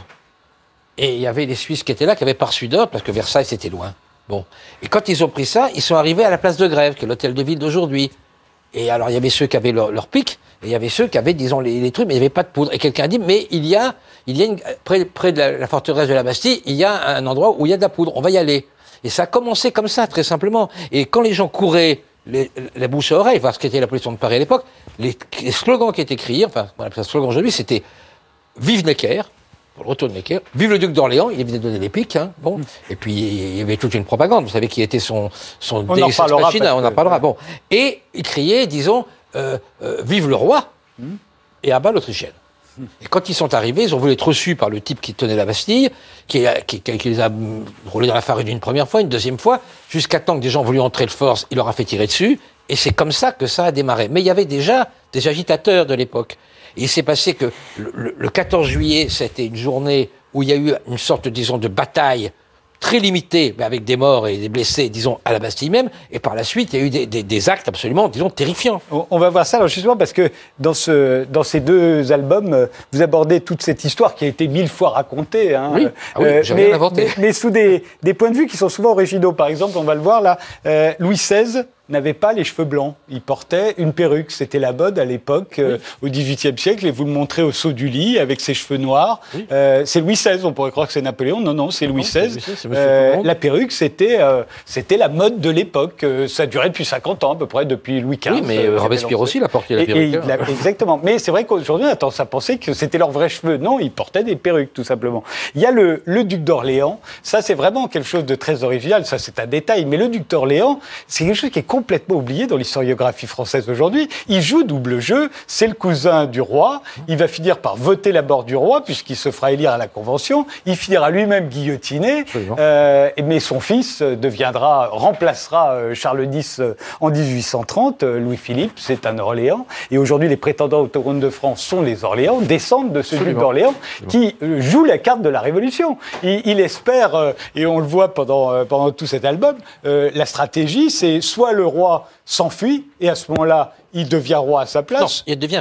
Et il y avait les Suisses qui étaient là, qui avaient pas reçu d'ordre, parce que Versailles, c'était loin. Bon. Et quand ils ont pris ça, ils sont arrivés à la place de Grève, qui est l'hôtel de ville d'aujourd'hui. Et alors, il y avait ceux qui avaient leur, leur pic, et il y avait ceux qui avaient, disons, les, les trucs, mais il n'y avait pas de poudre. Et quelqu'un a dit, mais il y a, il y a une, près, près de la, la forteresse de la Bastille, il y a un endroit où il y a de la poudre, on va y aller. Et ça a commencé comme ça, très simplement. Et quand les gens couraient, Les, la bouche à oreille, voir ce qu'était la police de Paris à l'époque, les, les slogans qui étaient criés, enfin, on appelle ça slogan aujourd'hui, c'était « Vive Necker », pour le retour de Necker, « Vive le duc d'Orléans », il venait de donner des piques, hein, bon, et puis il y avait toute une propagande, vous savez qui était son, son on en parlera, Chine, on en parlera, bon. Et il criait, disons, euh, euh, « Vive le roi mmh. » et « Abat l'Autrichienne ». Et quand ils sont arrivés, ils ont voulu être reçus par le type qui tenait la Bastille, qui, qui, qui les a roulés dans la farine une première fois, une deuxième fois, jusqu'à temps que des gens ont voulu entrer de force, il leur a fait tirer dessus, et c'est comme ça que ça a démarré. Mais il y avait déjà des agitateurs de l'époque. Et il s'est passé que le, le, le quatorze juillet, c'était une journée où il y a eu une sorte, disons, de bataille très limitée, mais avec des morts et des blessés, disons, à la Bastille même, et par la suite, il y a eu des, des, des actes absolument, disons, terrifiants. On va voir ça, alors justement, parce que dans, ce, dans ces deux albums, vous abordez toute cette histoire qui a été mille fois racontée. Hein, oui, ah oui, j'ai mais, rien inventé. Mais, mais sous des, des points de vue qui sont souvent originaux. Par exemple, on va le voir là, euh, Louis seize n'avait pas les cheveux blancs. Il portait une perruque. C'était la mode à l'époque, oui. euh, au dix-huitième siècle. Et vous le montrez au saut du lit avec ses cheveux noirs. Oui. Euh, c'est Louis seize. On pourrait croire que c'est Napoléon. Non, non, c'est Louis seize. Euh, la perruque, c'était euh, c'était la mode de l'époque. Euh, ça durait depuis cinquante ans, à peu près, depuis Louis quinze. Oui, mais euh, Robespierre aussi l'a porté, la perruque. Et, et, la, exactement. Mais c'est vrai qu'aujourd'hui, on a tendance à penser que c'était leurs vrais cheveux. Non, ils portaient des perruques, tout simplement. Il y a le, le duc d'Orléans. Ça, c'est vraiment quelque chose de très original. Ça, c'est un détail. Mais le duc d'Orléans, c'est quelque chose qui est complètement oublié dans l'historiographie française aujourd'hui. Il joue double jeu. C'est le cousin du roi. Il va finir par voter la mort du roi, puisqu'il se fera élire à la Convention. Il finira lui-même guillotiné. Euh, mais son fils deviendra, remplacera Charles X en dix-huit cent trente. Louis-Philippe, c'est un Orléans. Et aujourd'hui, les prétendants au trône de France sont les Orléans, descendent de ce duc d'Orléans qui joue la carte de la Révolution. Il, il espère, et on le voit pendant, pendant tout cet album, euh, la stratégie, c'est soit le roi s'enfuit, et à ce moment-là, il devient roi à sa place. Non, il devient régent.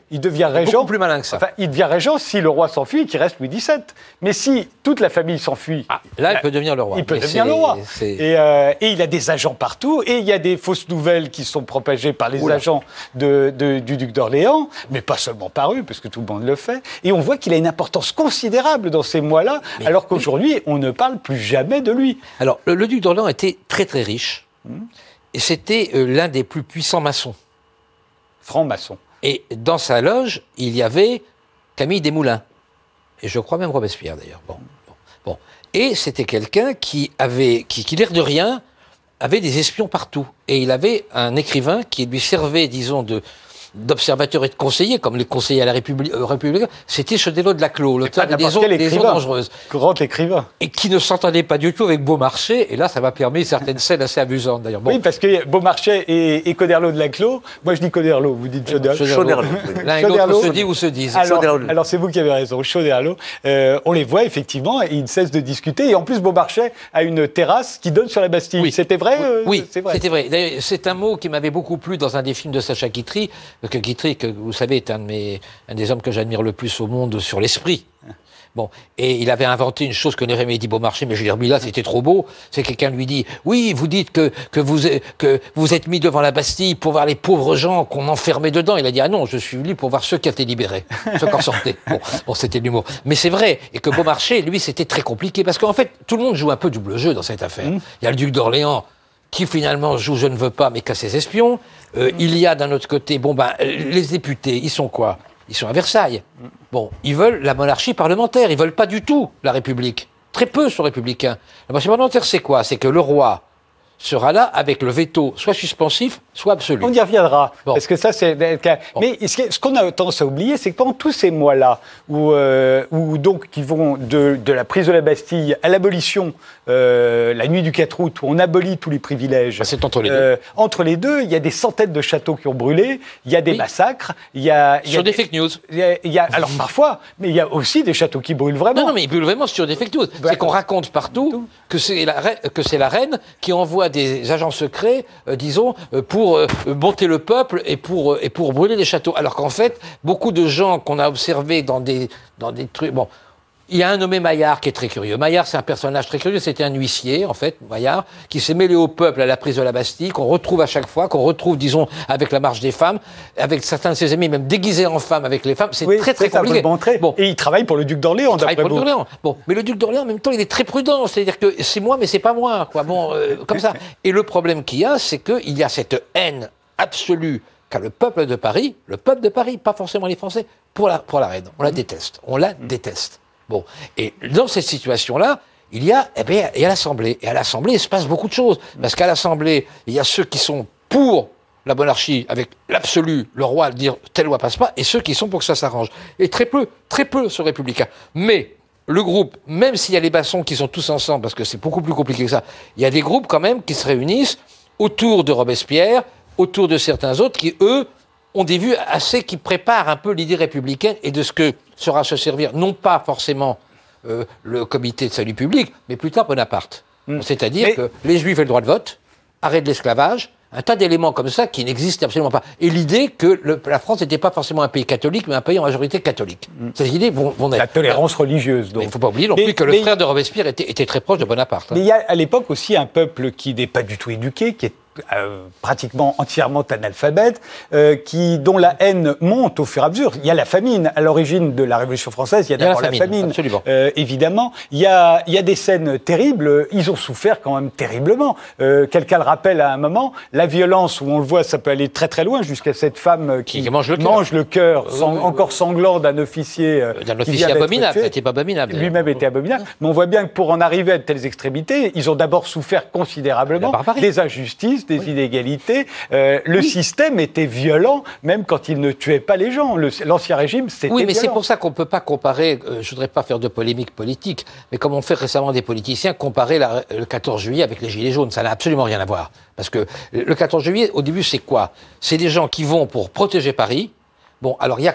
il devient régent. Beaucoup plus malin que ça. Enfin, il devient régent si le roi s'enfuit et qu'il reste Louis dix-sept. Mais si toute la famille s'enfuit... Ah, là, il peut devenir le roi. Il peut Mais devenir c'est- le roi. c'est- Et, euh, et il a des agents partout. Et il y a des fausses nouvelles qui sont propagées par les Oula. agents de, de- du duc d'Orléans, mais pas seulement par eux, parce que tout le monde le fait. Et on voit qu'il a une importance considérable dans ces mois-là, Mais- alors qu'aujourd'hui, on ne parle plus jamais de lui. Alors, le, le duc d'Orléans était très très riche. Et c'était euh, l'un des plus puissants maçons. Franc-maçon. Et dans sa loge, il y avait Camille Desmoulins. Et je crois même Robespierre, d'ailleurs. Bon, bon, bon. Et c'était quelqu'un qui avait, qui, qui l'air de rien, avait des espions partout. Et il avait un écrivain qui lui servait, disons, de d'observateur et de conseiller, comme les conseillers à la République, euh, République c'était Chodelot de Laclos, l'auteur pas des n'importe eaux, quel des eaux écrivain. dangereuses. Grand écrivain. Et qui ne s'entendait pas du tout avec Beaumarchais. Et là, ça m'a permis certaines scènes assez amusantes, d'ailleurs. Bon. Oui, parce que Beaumarchais et, et Coderlo de Laclos, moi je dis Coderlo, vous dites Choderlo. Choderlo. L'un et l'autre Choderlo. se dit ou se disent. Alors, Choderlo. alors c'est vous qui avez raison, Choderlo. Euh, on les voit effectivement et ils ne cessent de discuter. Et en plus, Beaumarchais a une terrasse qui donne sur la Bastille. Oui. C'était vrai euh, Oui, c'est vrai. c'était vrai. D'ailleurs, c'est un mot qui m'avait beaucoup plu dans un des films de Sacha Guitry, que Guitry, que vous savez, est un, de mes, un des hommes que j'admire le plus au monde sur l'esprit. Bon, et il avait inventé une chose que n'aurait jamais dit Beaumarchais, mais je l'ai remis là, c'était trop beau. C'est que quelqu'un lui dit, oui, vous dites que, que, vous, que vous êtes mis devant la Bastille pour voir les pauvres gens qu'on enfermait dedans. Il a dit, ah non, je suis venu pour voir ceux qui étaient libérés, ceux qui en sortaient. Bon, bon c'était de l'humour. Mais c'est vrai, et que Beaumarchais, lui, c'était très compliqué, parce qu'en fait, tout le monde joue un peu double jeu dans cette affaire. Mmh. Il y a le duc d'Orléans, qui finalement joue je ne veux pas, mais qui a ses espions. Euh, il y a d'un autre côté, bon ben, les députés, ils sont quoi? Ils sont à Versailles. Bon, ils veulent la monarchie parlementaire, ils veulent pas du tout la République. Très peu sont républicains. La monarchie parlementaire, c'est quoi? C'est que le roi sera là avec le veto soit suspensif, soit absolu. On y reviendra, Bon. parce que ça, c'est... Bon. Mais ce que- ce qu'on a tendance à oublier, c'est que pendant tous ces mois-là, où, euh, où donc, qui vont de, de la prise de la Bastille à l'abolition, euh, la nuit du quatre août, où on abolit tous les privilèges... Ah, c'est entre les deux. euh, Entre les deux, il y a des centaines de châteaux qui ont brûlé, il y a des Oui. massacres, il y a... il y a Sur des fake news. il y a- il y a- alors parfois, mais il y a aussi des châteaux qui brûlent vraiment. Non, non, mais il brûle vraiment sur des fake news. C'est qu'on raconte partout que c'est la, reine- que c'est la reine qui envoie des agents secrets, euh, disons, euh, pour euh, monter le peuple et pour, euh, et pour brûler les châteaux. Alors qu'en fait, beaucoup de gens qu'on a observés dans des, dans des trucs... Bon, il y a un nommé Maillard qui est très curieux. Maillard, c'est un personnage très curieux. C'était un huissier, en fait, Maillard, qui s'est mêlé au peuple à la prise de la Bastille, qu'on retrouve à chaque fois, qu'on retrouve, disons, avec la marche des femmes, avec certains de ses amis, même déguisés en femmes avec les femmes. C'est Oui, très, très c'est ça, vous compliqué. le montrez. Bon. Et il travaille pour le duc d'Orléans, Travaille d'après pour le vous. duc d'Orléans. Bon, mais le duc d'Orléans, en même temps, il est très prudent. C'est-à-dire que c'est moi, mais c'est pas moi. Quoi. Bon, euh, comme ça. Et le problème qu'il y a, c'est qu'il y a cette haine absolue qu'a le peuple de Paris, le peuple de Paris, pas forcément les Français, pour la, pour la reine. On la déteste. On la déteste. Bon. Et dans cette situation-là, il y a, eh bien, il y a l'Assemblée. Et à l'Assemblée, il se passe beaucoup de choses. Parce qu'à l'Assemblée, il y a ceux qui sont pour la monarchie, avec l'absolu, le roi, dire telle loi passe pas, et ceux qui sont pour que ça s'arrange. Et très peu, très peu sont républicains. Mais le groupe, même s'il y a les maçons qui sont tous ensemble, parce que c'est beaucoup plus compliqué que ça, il y a des groupes quand même qui se réunissent autour de Robespierre, autour de certains autres qui, eux, ont des vues assez qui préparent un peu l'idée républicaine et de ce que sera se servir, non pas forcément euh, le comité de salut public, mais plus tard Bonaparte. Mm. C'est-à-dire Mais- que les Juifs aient le droit de vote, arrêt de l'esclavage, un tas d'éléments comme ça qui n'existent absolument pas. Et l'idée que le- la France n'était pas forcément un pays catholique, mais un pays en majorité catholique. Ces idées vont, vont naître. La tolérance religieuse, donc. Mais il ne faut pas oublier non Mais- plus que le mais- frère de Robespierre était, était très proche de Bonaparte. hein. Mais il y a à l'époque aussi un peuple qui n'est pas du tout éduqué, qui est euh, pratiquement entièrement analphabète, euh, qui, dont la haine monte au fur et à mesure. Il y a la famine. À l'origine de la Révolution française, il y a Il y a la d'abord la famine, famine, absolument. euh, évidemment. Il y, a, il y a des scènes terribles. Ils ont souffert quand même terriblement. Euh, Quelqu'un le rappelle à un moment, la violence, où on le voit, ça peut aller très très loin, jusqu'à cette femme qui, Qui mange le cœur. le cœur, Oui, sang- oui, oui. encore sanglant d'un officier. euh, D'un qui officier vient d'être abominable, tué. ça n'était pas abominable. d'ailleurs. Lui-même était abominable. Mais on voit bien que pour en arriver à de telles extrémités, ils ont d'abord souffert considérablement La barbarie. des injustices, des inégalités. Euh, le système était violent, même quand il ne tuait pas les gens. Le- L'Ancien Régime, c'était Oui, mais c'est violent. pour ça qu'on ne peut pas comparer, euh, je ne voudrais pas faire de polémique politique, mais comme on fait récemment des politiciens, comparer la- le quatorze juillet avec les Gilets jaunes, ça n'a absolument rien à voir. Parce que le quatorze juillet, au début, c'est quoi? C'est des gens qui vont pour protéger Paris. Bon, alors il y a quoi?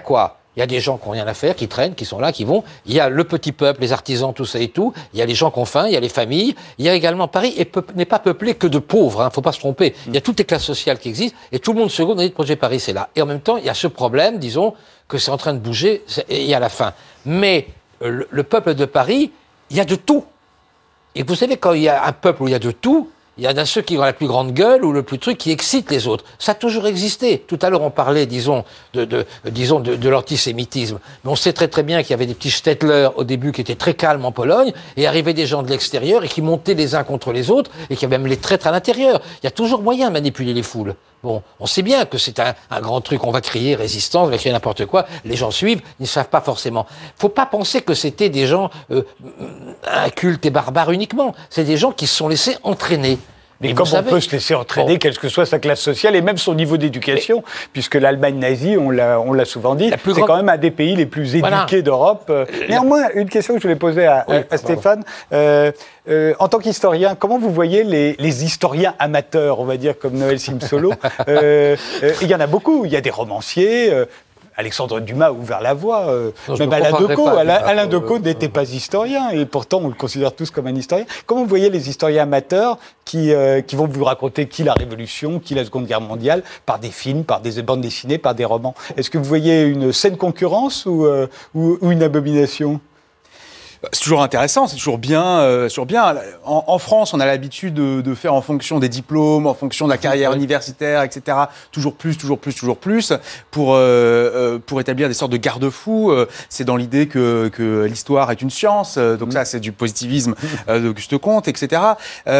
Il y a des gens qui n'ont rien à faire, qui traînent, qui sont là, qui vont. Il y a le petit peuple, les artisans, tout ça et tout. Il y a les gens qui ont faim, il y a les familles. Il y a également Paris et n'est pas peuplé que de pauvres, hein, faut pas se tromper. Il y a toutes les classes sociales qui existent et tout le monde se goûte dans le projet Paris, c'est là. Et en même temps, il y a ce problème, disons, que c'est en train de bouger et il y a la fin. Mais euh, le, le peuple de Paris, il y a de tout. Et vous savez, quand il y a un peuple où il y a de tout, il y en a ceux qui ont la plus grande gueule ou le plus truc qui excitent les autres. Ça a toujours existé. Tout à l'heure, on parlait, disons, de, de, disons, de, de l'antisémitisme. Mais on sait très très bien qu'il y avait des petits Stettler au début qui étaient très calmes en Pologne et arrivaient des gens de l'extérieur et qui montaient les uns contre les autres et qui avaient même les traîtres à l'intérieur. Il y a toujours moyen de manipuler les foules. Bon, on sait bien que c'est un, un grand truc, on va crier résistance, on va crier n'importe quoi, les gens suivent, ils ne savent pas forcément. Faut pas penser que c'était des gens euh, incultes et barbares uniquement, c'est des gens qui se sont laissés entraîner. Mais comme on peut se laisser entraîner, bon, quelle que soit sa classe sociale et même son niveau d'éducation, mais, puisque l'Allemagne nazie, on l'a, on l'a souvent dit, c'est grande... quand même un des pays les plus éduqués voilà. d'Europe. Néanmoins, une question que je voulais poser à, oui, à, à Stéphane. Euh, euh, en tant qu'historien, comment vous voyez les, les historiens amateurs, on va dire, comme Noël Simsolo? euh, euh, Il y en a beaucoup. Il y a des romanciers. Euh, Alexandre Dumas a ouvert la voie. Euh, non, même Alain Decaux. Pas, Alain, Alain Decaux euh, n'était euh, pas historien et pourtant on le considère tous comme un historien. Comment vous voyez les historiens amateurs qui, euh, qui vont vous raconter qui la Révolution, qui la Seconde Guerre mondiale, par des films, par des bandes dessinées, par des romans? Est-ce que vous voyez une saine concurrence ou, euh, ou, ou une abomination? C'est toujours intéressant, c'est toujours bien. Euh, toujours bien. En, en France, on a l'habitude de, de faire en fonction des diplômes, en fonction de la carrière universitaire, et cetera. Toujours plus, toujours plus, toujours plus, pour euh, euh, pour établir des sortes de garde-fous. Euh, c'est dans l'idée que que l'histoire est une science. Euh, donc ça, c'est du positivisme euh, d'Auguste Comte, et cetera.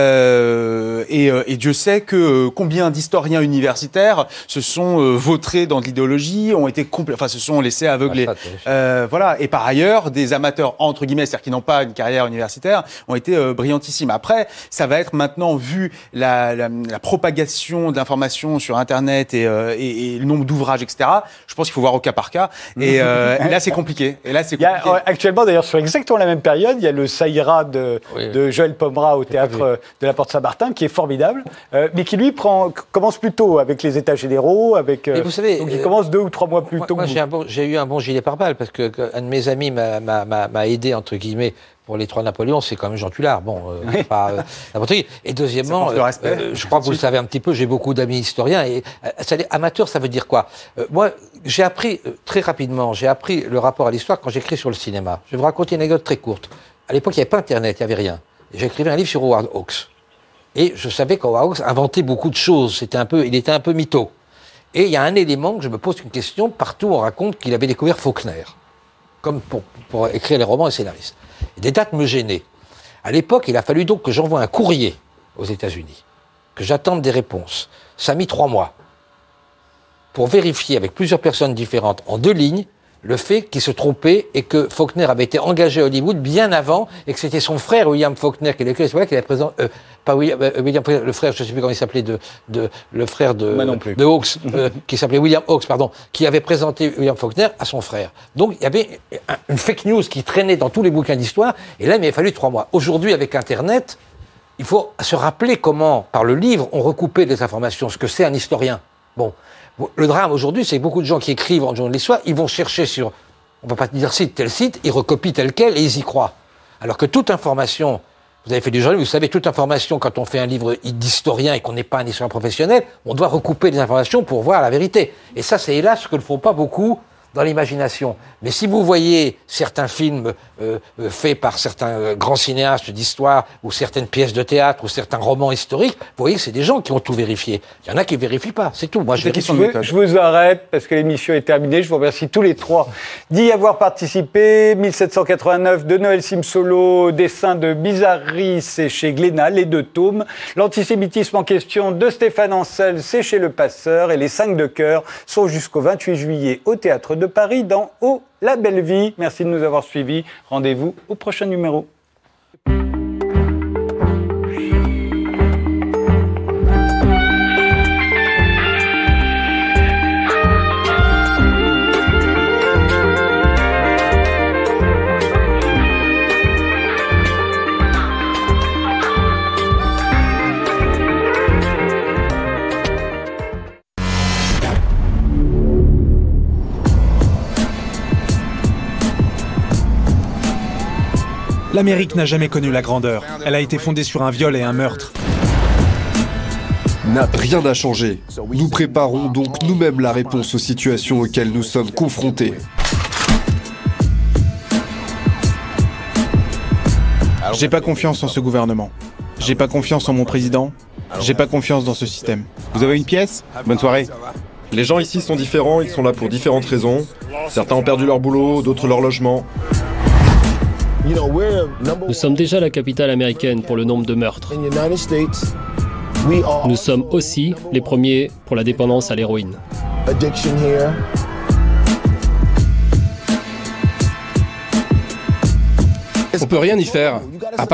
Euh, et, et Dieu sait que combien d'historiens universitaires se sont euh, vautrés dans de l'idéologie, ont été complè- enfin se sont laissés aveugler. Euh, voilà. Et par ailleurs, des amateurs entre guillemets, c'est-à-dire qui n'ont pas une carrière universitaire, ont été euh, brillantissimes. Après, ça va être maintenant, vu la, la, la propagation de l'information sur Internet et, euh, et, et le nombre d'ouvrages, et cetera, je pense qu'il faut voir au cas par cas. Et, euh, et là, c'est compliqué. Et là, c'est compliqué. Il y a, actuellement, d'ailleurs, sur exactement la même période, il y a le Ça ira de, oui. de Joël Pomera au théâtre oui. de la Porte Saint-Martin, qui est formidable, euh, mais qui, lui, prend, commence plus tôt avec les États généraux, avec, euh, vous savez, donc il euh, commence deux ou trois mois plus moi, tôt. Moi, j'ai, un bon, j'ai eu un bon gilet pare-balles, parce que, que un de mes amis m'a, m'a, m'a, m'a aidé, entre guillemets, pour les trois Napoléons, c'est quand même Jean Tullard. Bon, euh, oui. pas euh, n'importe qui. Et deuxièmement, euh, euh, je crois que vous le savez un petit peu, j'ai beaucoup d'amis historiens. Et euh, ça, amateur, ça veut dire quoi? euh, Moi, j'ai appris euh, très rapidement, j'ai appris le rapport à l'histoire quand j'écris sur le cinéma. Je vais vous raconter une anecdote très courte. À l'époque, il n'y avait pas Internet, il n'y avait rien. J'écrivais un livre sur Howard Hawks. Et je savais qu'Howard Hawks inventait beaucoup de choses. C'était un peu, il était un peu mytho. Et il y a un élément que je me pose une question. Partout, on raconte qu'il avait découvert Faulkner, comme pour, pour écrire les romans et scénaristes. Et des dates me gênaient. À l'époque, il a fallu donc que j'envoie un courrier aux États-Unis, que j'attende des réponses. Ça a mis trois mois pour vérifier avec plusieurs personnes différentes, en deux lignes, le fait qu'il se trompait et que Faulkner avait été engagé à Hollywood bien avant et que c'était son frère William Faulkner qui était là, qui avait présent, euh, pas William, euh, William, le frère, je ne sais plus comment il s'appelait, de, de, le frère de, de Hawks, euh, qui s'appelait William Hawks, pardon, qui avait présenté William Faulkner à son frère. Donc il y avait un, une fake news qui traînait dans tous les bouquins d'histoire et là il m'a fallu trois mois. Aujourd'hui, avec Internet, il faut se rappeler comment, par le livre, on recoupait des informations, ce que c'est un historien. Bon. Le drame aujourd'hui, c'est que beaucoup de gens qui écrivent en journal d'histoire, ils vont chercher sur, on ne va pas dire site, tel site, ils recopient tel quel et ils y croient. Alors que toute information, vous avez fait du journalisme, vous savez, toute information, quand on fait un livre d'historien et qu'on n'est pas un historien professionnel, on doit recouper les informations pour voir la vérité. Et ça, c'est hélas ce que ne font pas beaucoup dans l'imagination. Mais si vous voyez certains films euh, euh, faits par certains euh, grands cinéastes d'histoire, ou certaines pièces de théâtre, ou certains romans historiques, vous voyez que c'est des gens qui ont tout vérifié. Il y en a qui ne vérifient pas, c'est tout. Moi, je, vérifie. je, je vous arrête, parce que l'émission est terminée. Je vous remercie tous les trois d'y avoir participé. mille sept cent quatre-vingt-neuf de Noël Simsolo, dessin de Bizarrerie, c'est chez Glénat, les deux tomes. L'antisémitisme en question de Stéphane Ancel, c'est chez Le Passeur. Et les cinq de cœur sont jusqu'au vingt-huit juillet au Théâtre de Paris dans Oh la belle vie. Merci de nous avoir suivis. Rendez-vous au prochain numéro. L'Amérique n'a jamais connu la grandeur. Elle a été fondée sur un viol et un meurtre. Rien n'a changé. Nous préparons donc nous-mêmes la réponse aux situations auxquelles nous sommes confrontés. J'ai pas confiance en ce gouvernement. J'ai pas confiance en mon président. J'ai pas confiance dans ce système. Vous avez une pièce? Bonne soirée. Les gens ici sont différents, ils sont là pour différentes raisons. Certains ont perdu leur boulot, d'autres leur logement. Nous sommes déjà la capitale américaine pour le nombre de meurtres. Nous sommes aussi les premiers pour la dépendance à l'héroïne. On peut rien y faire.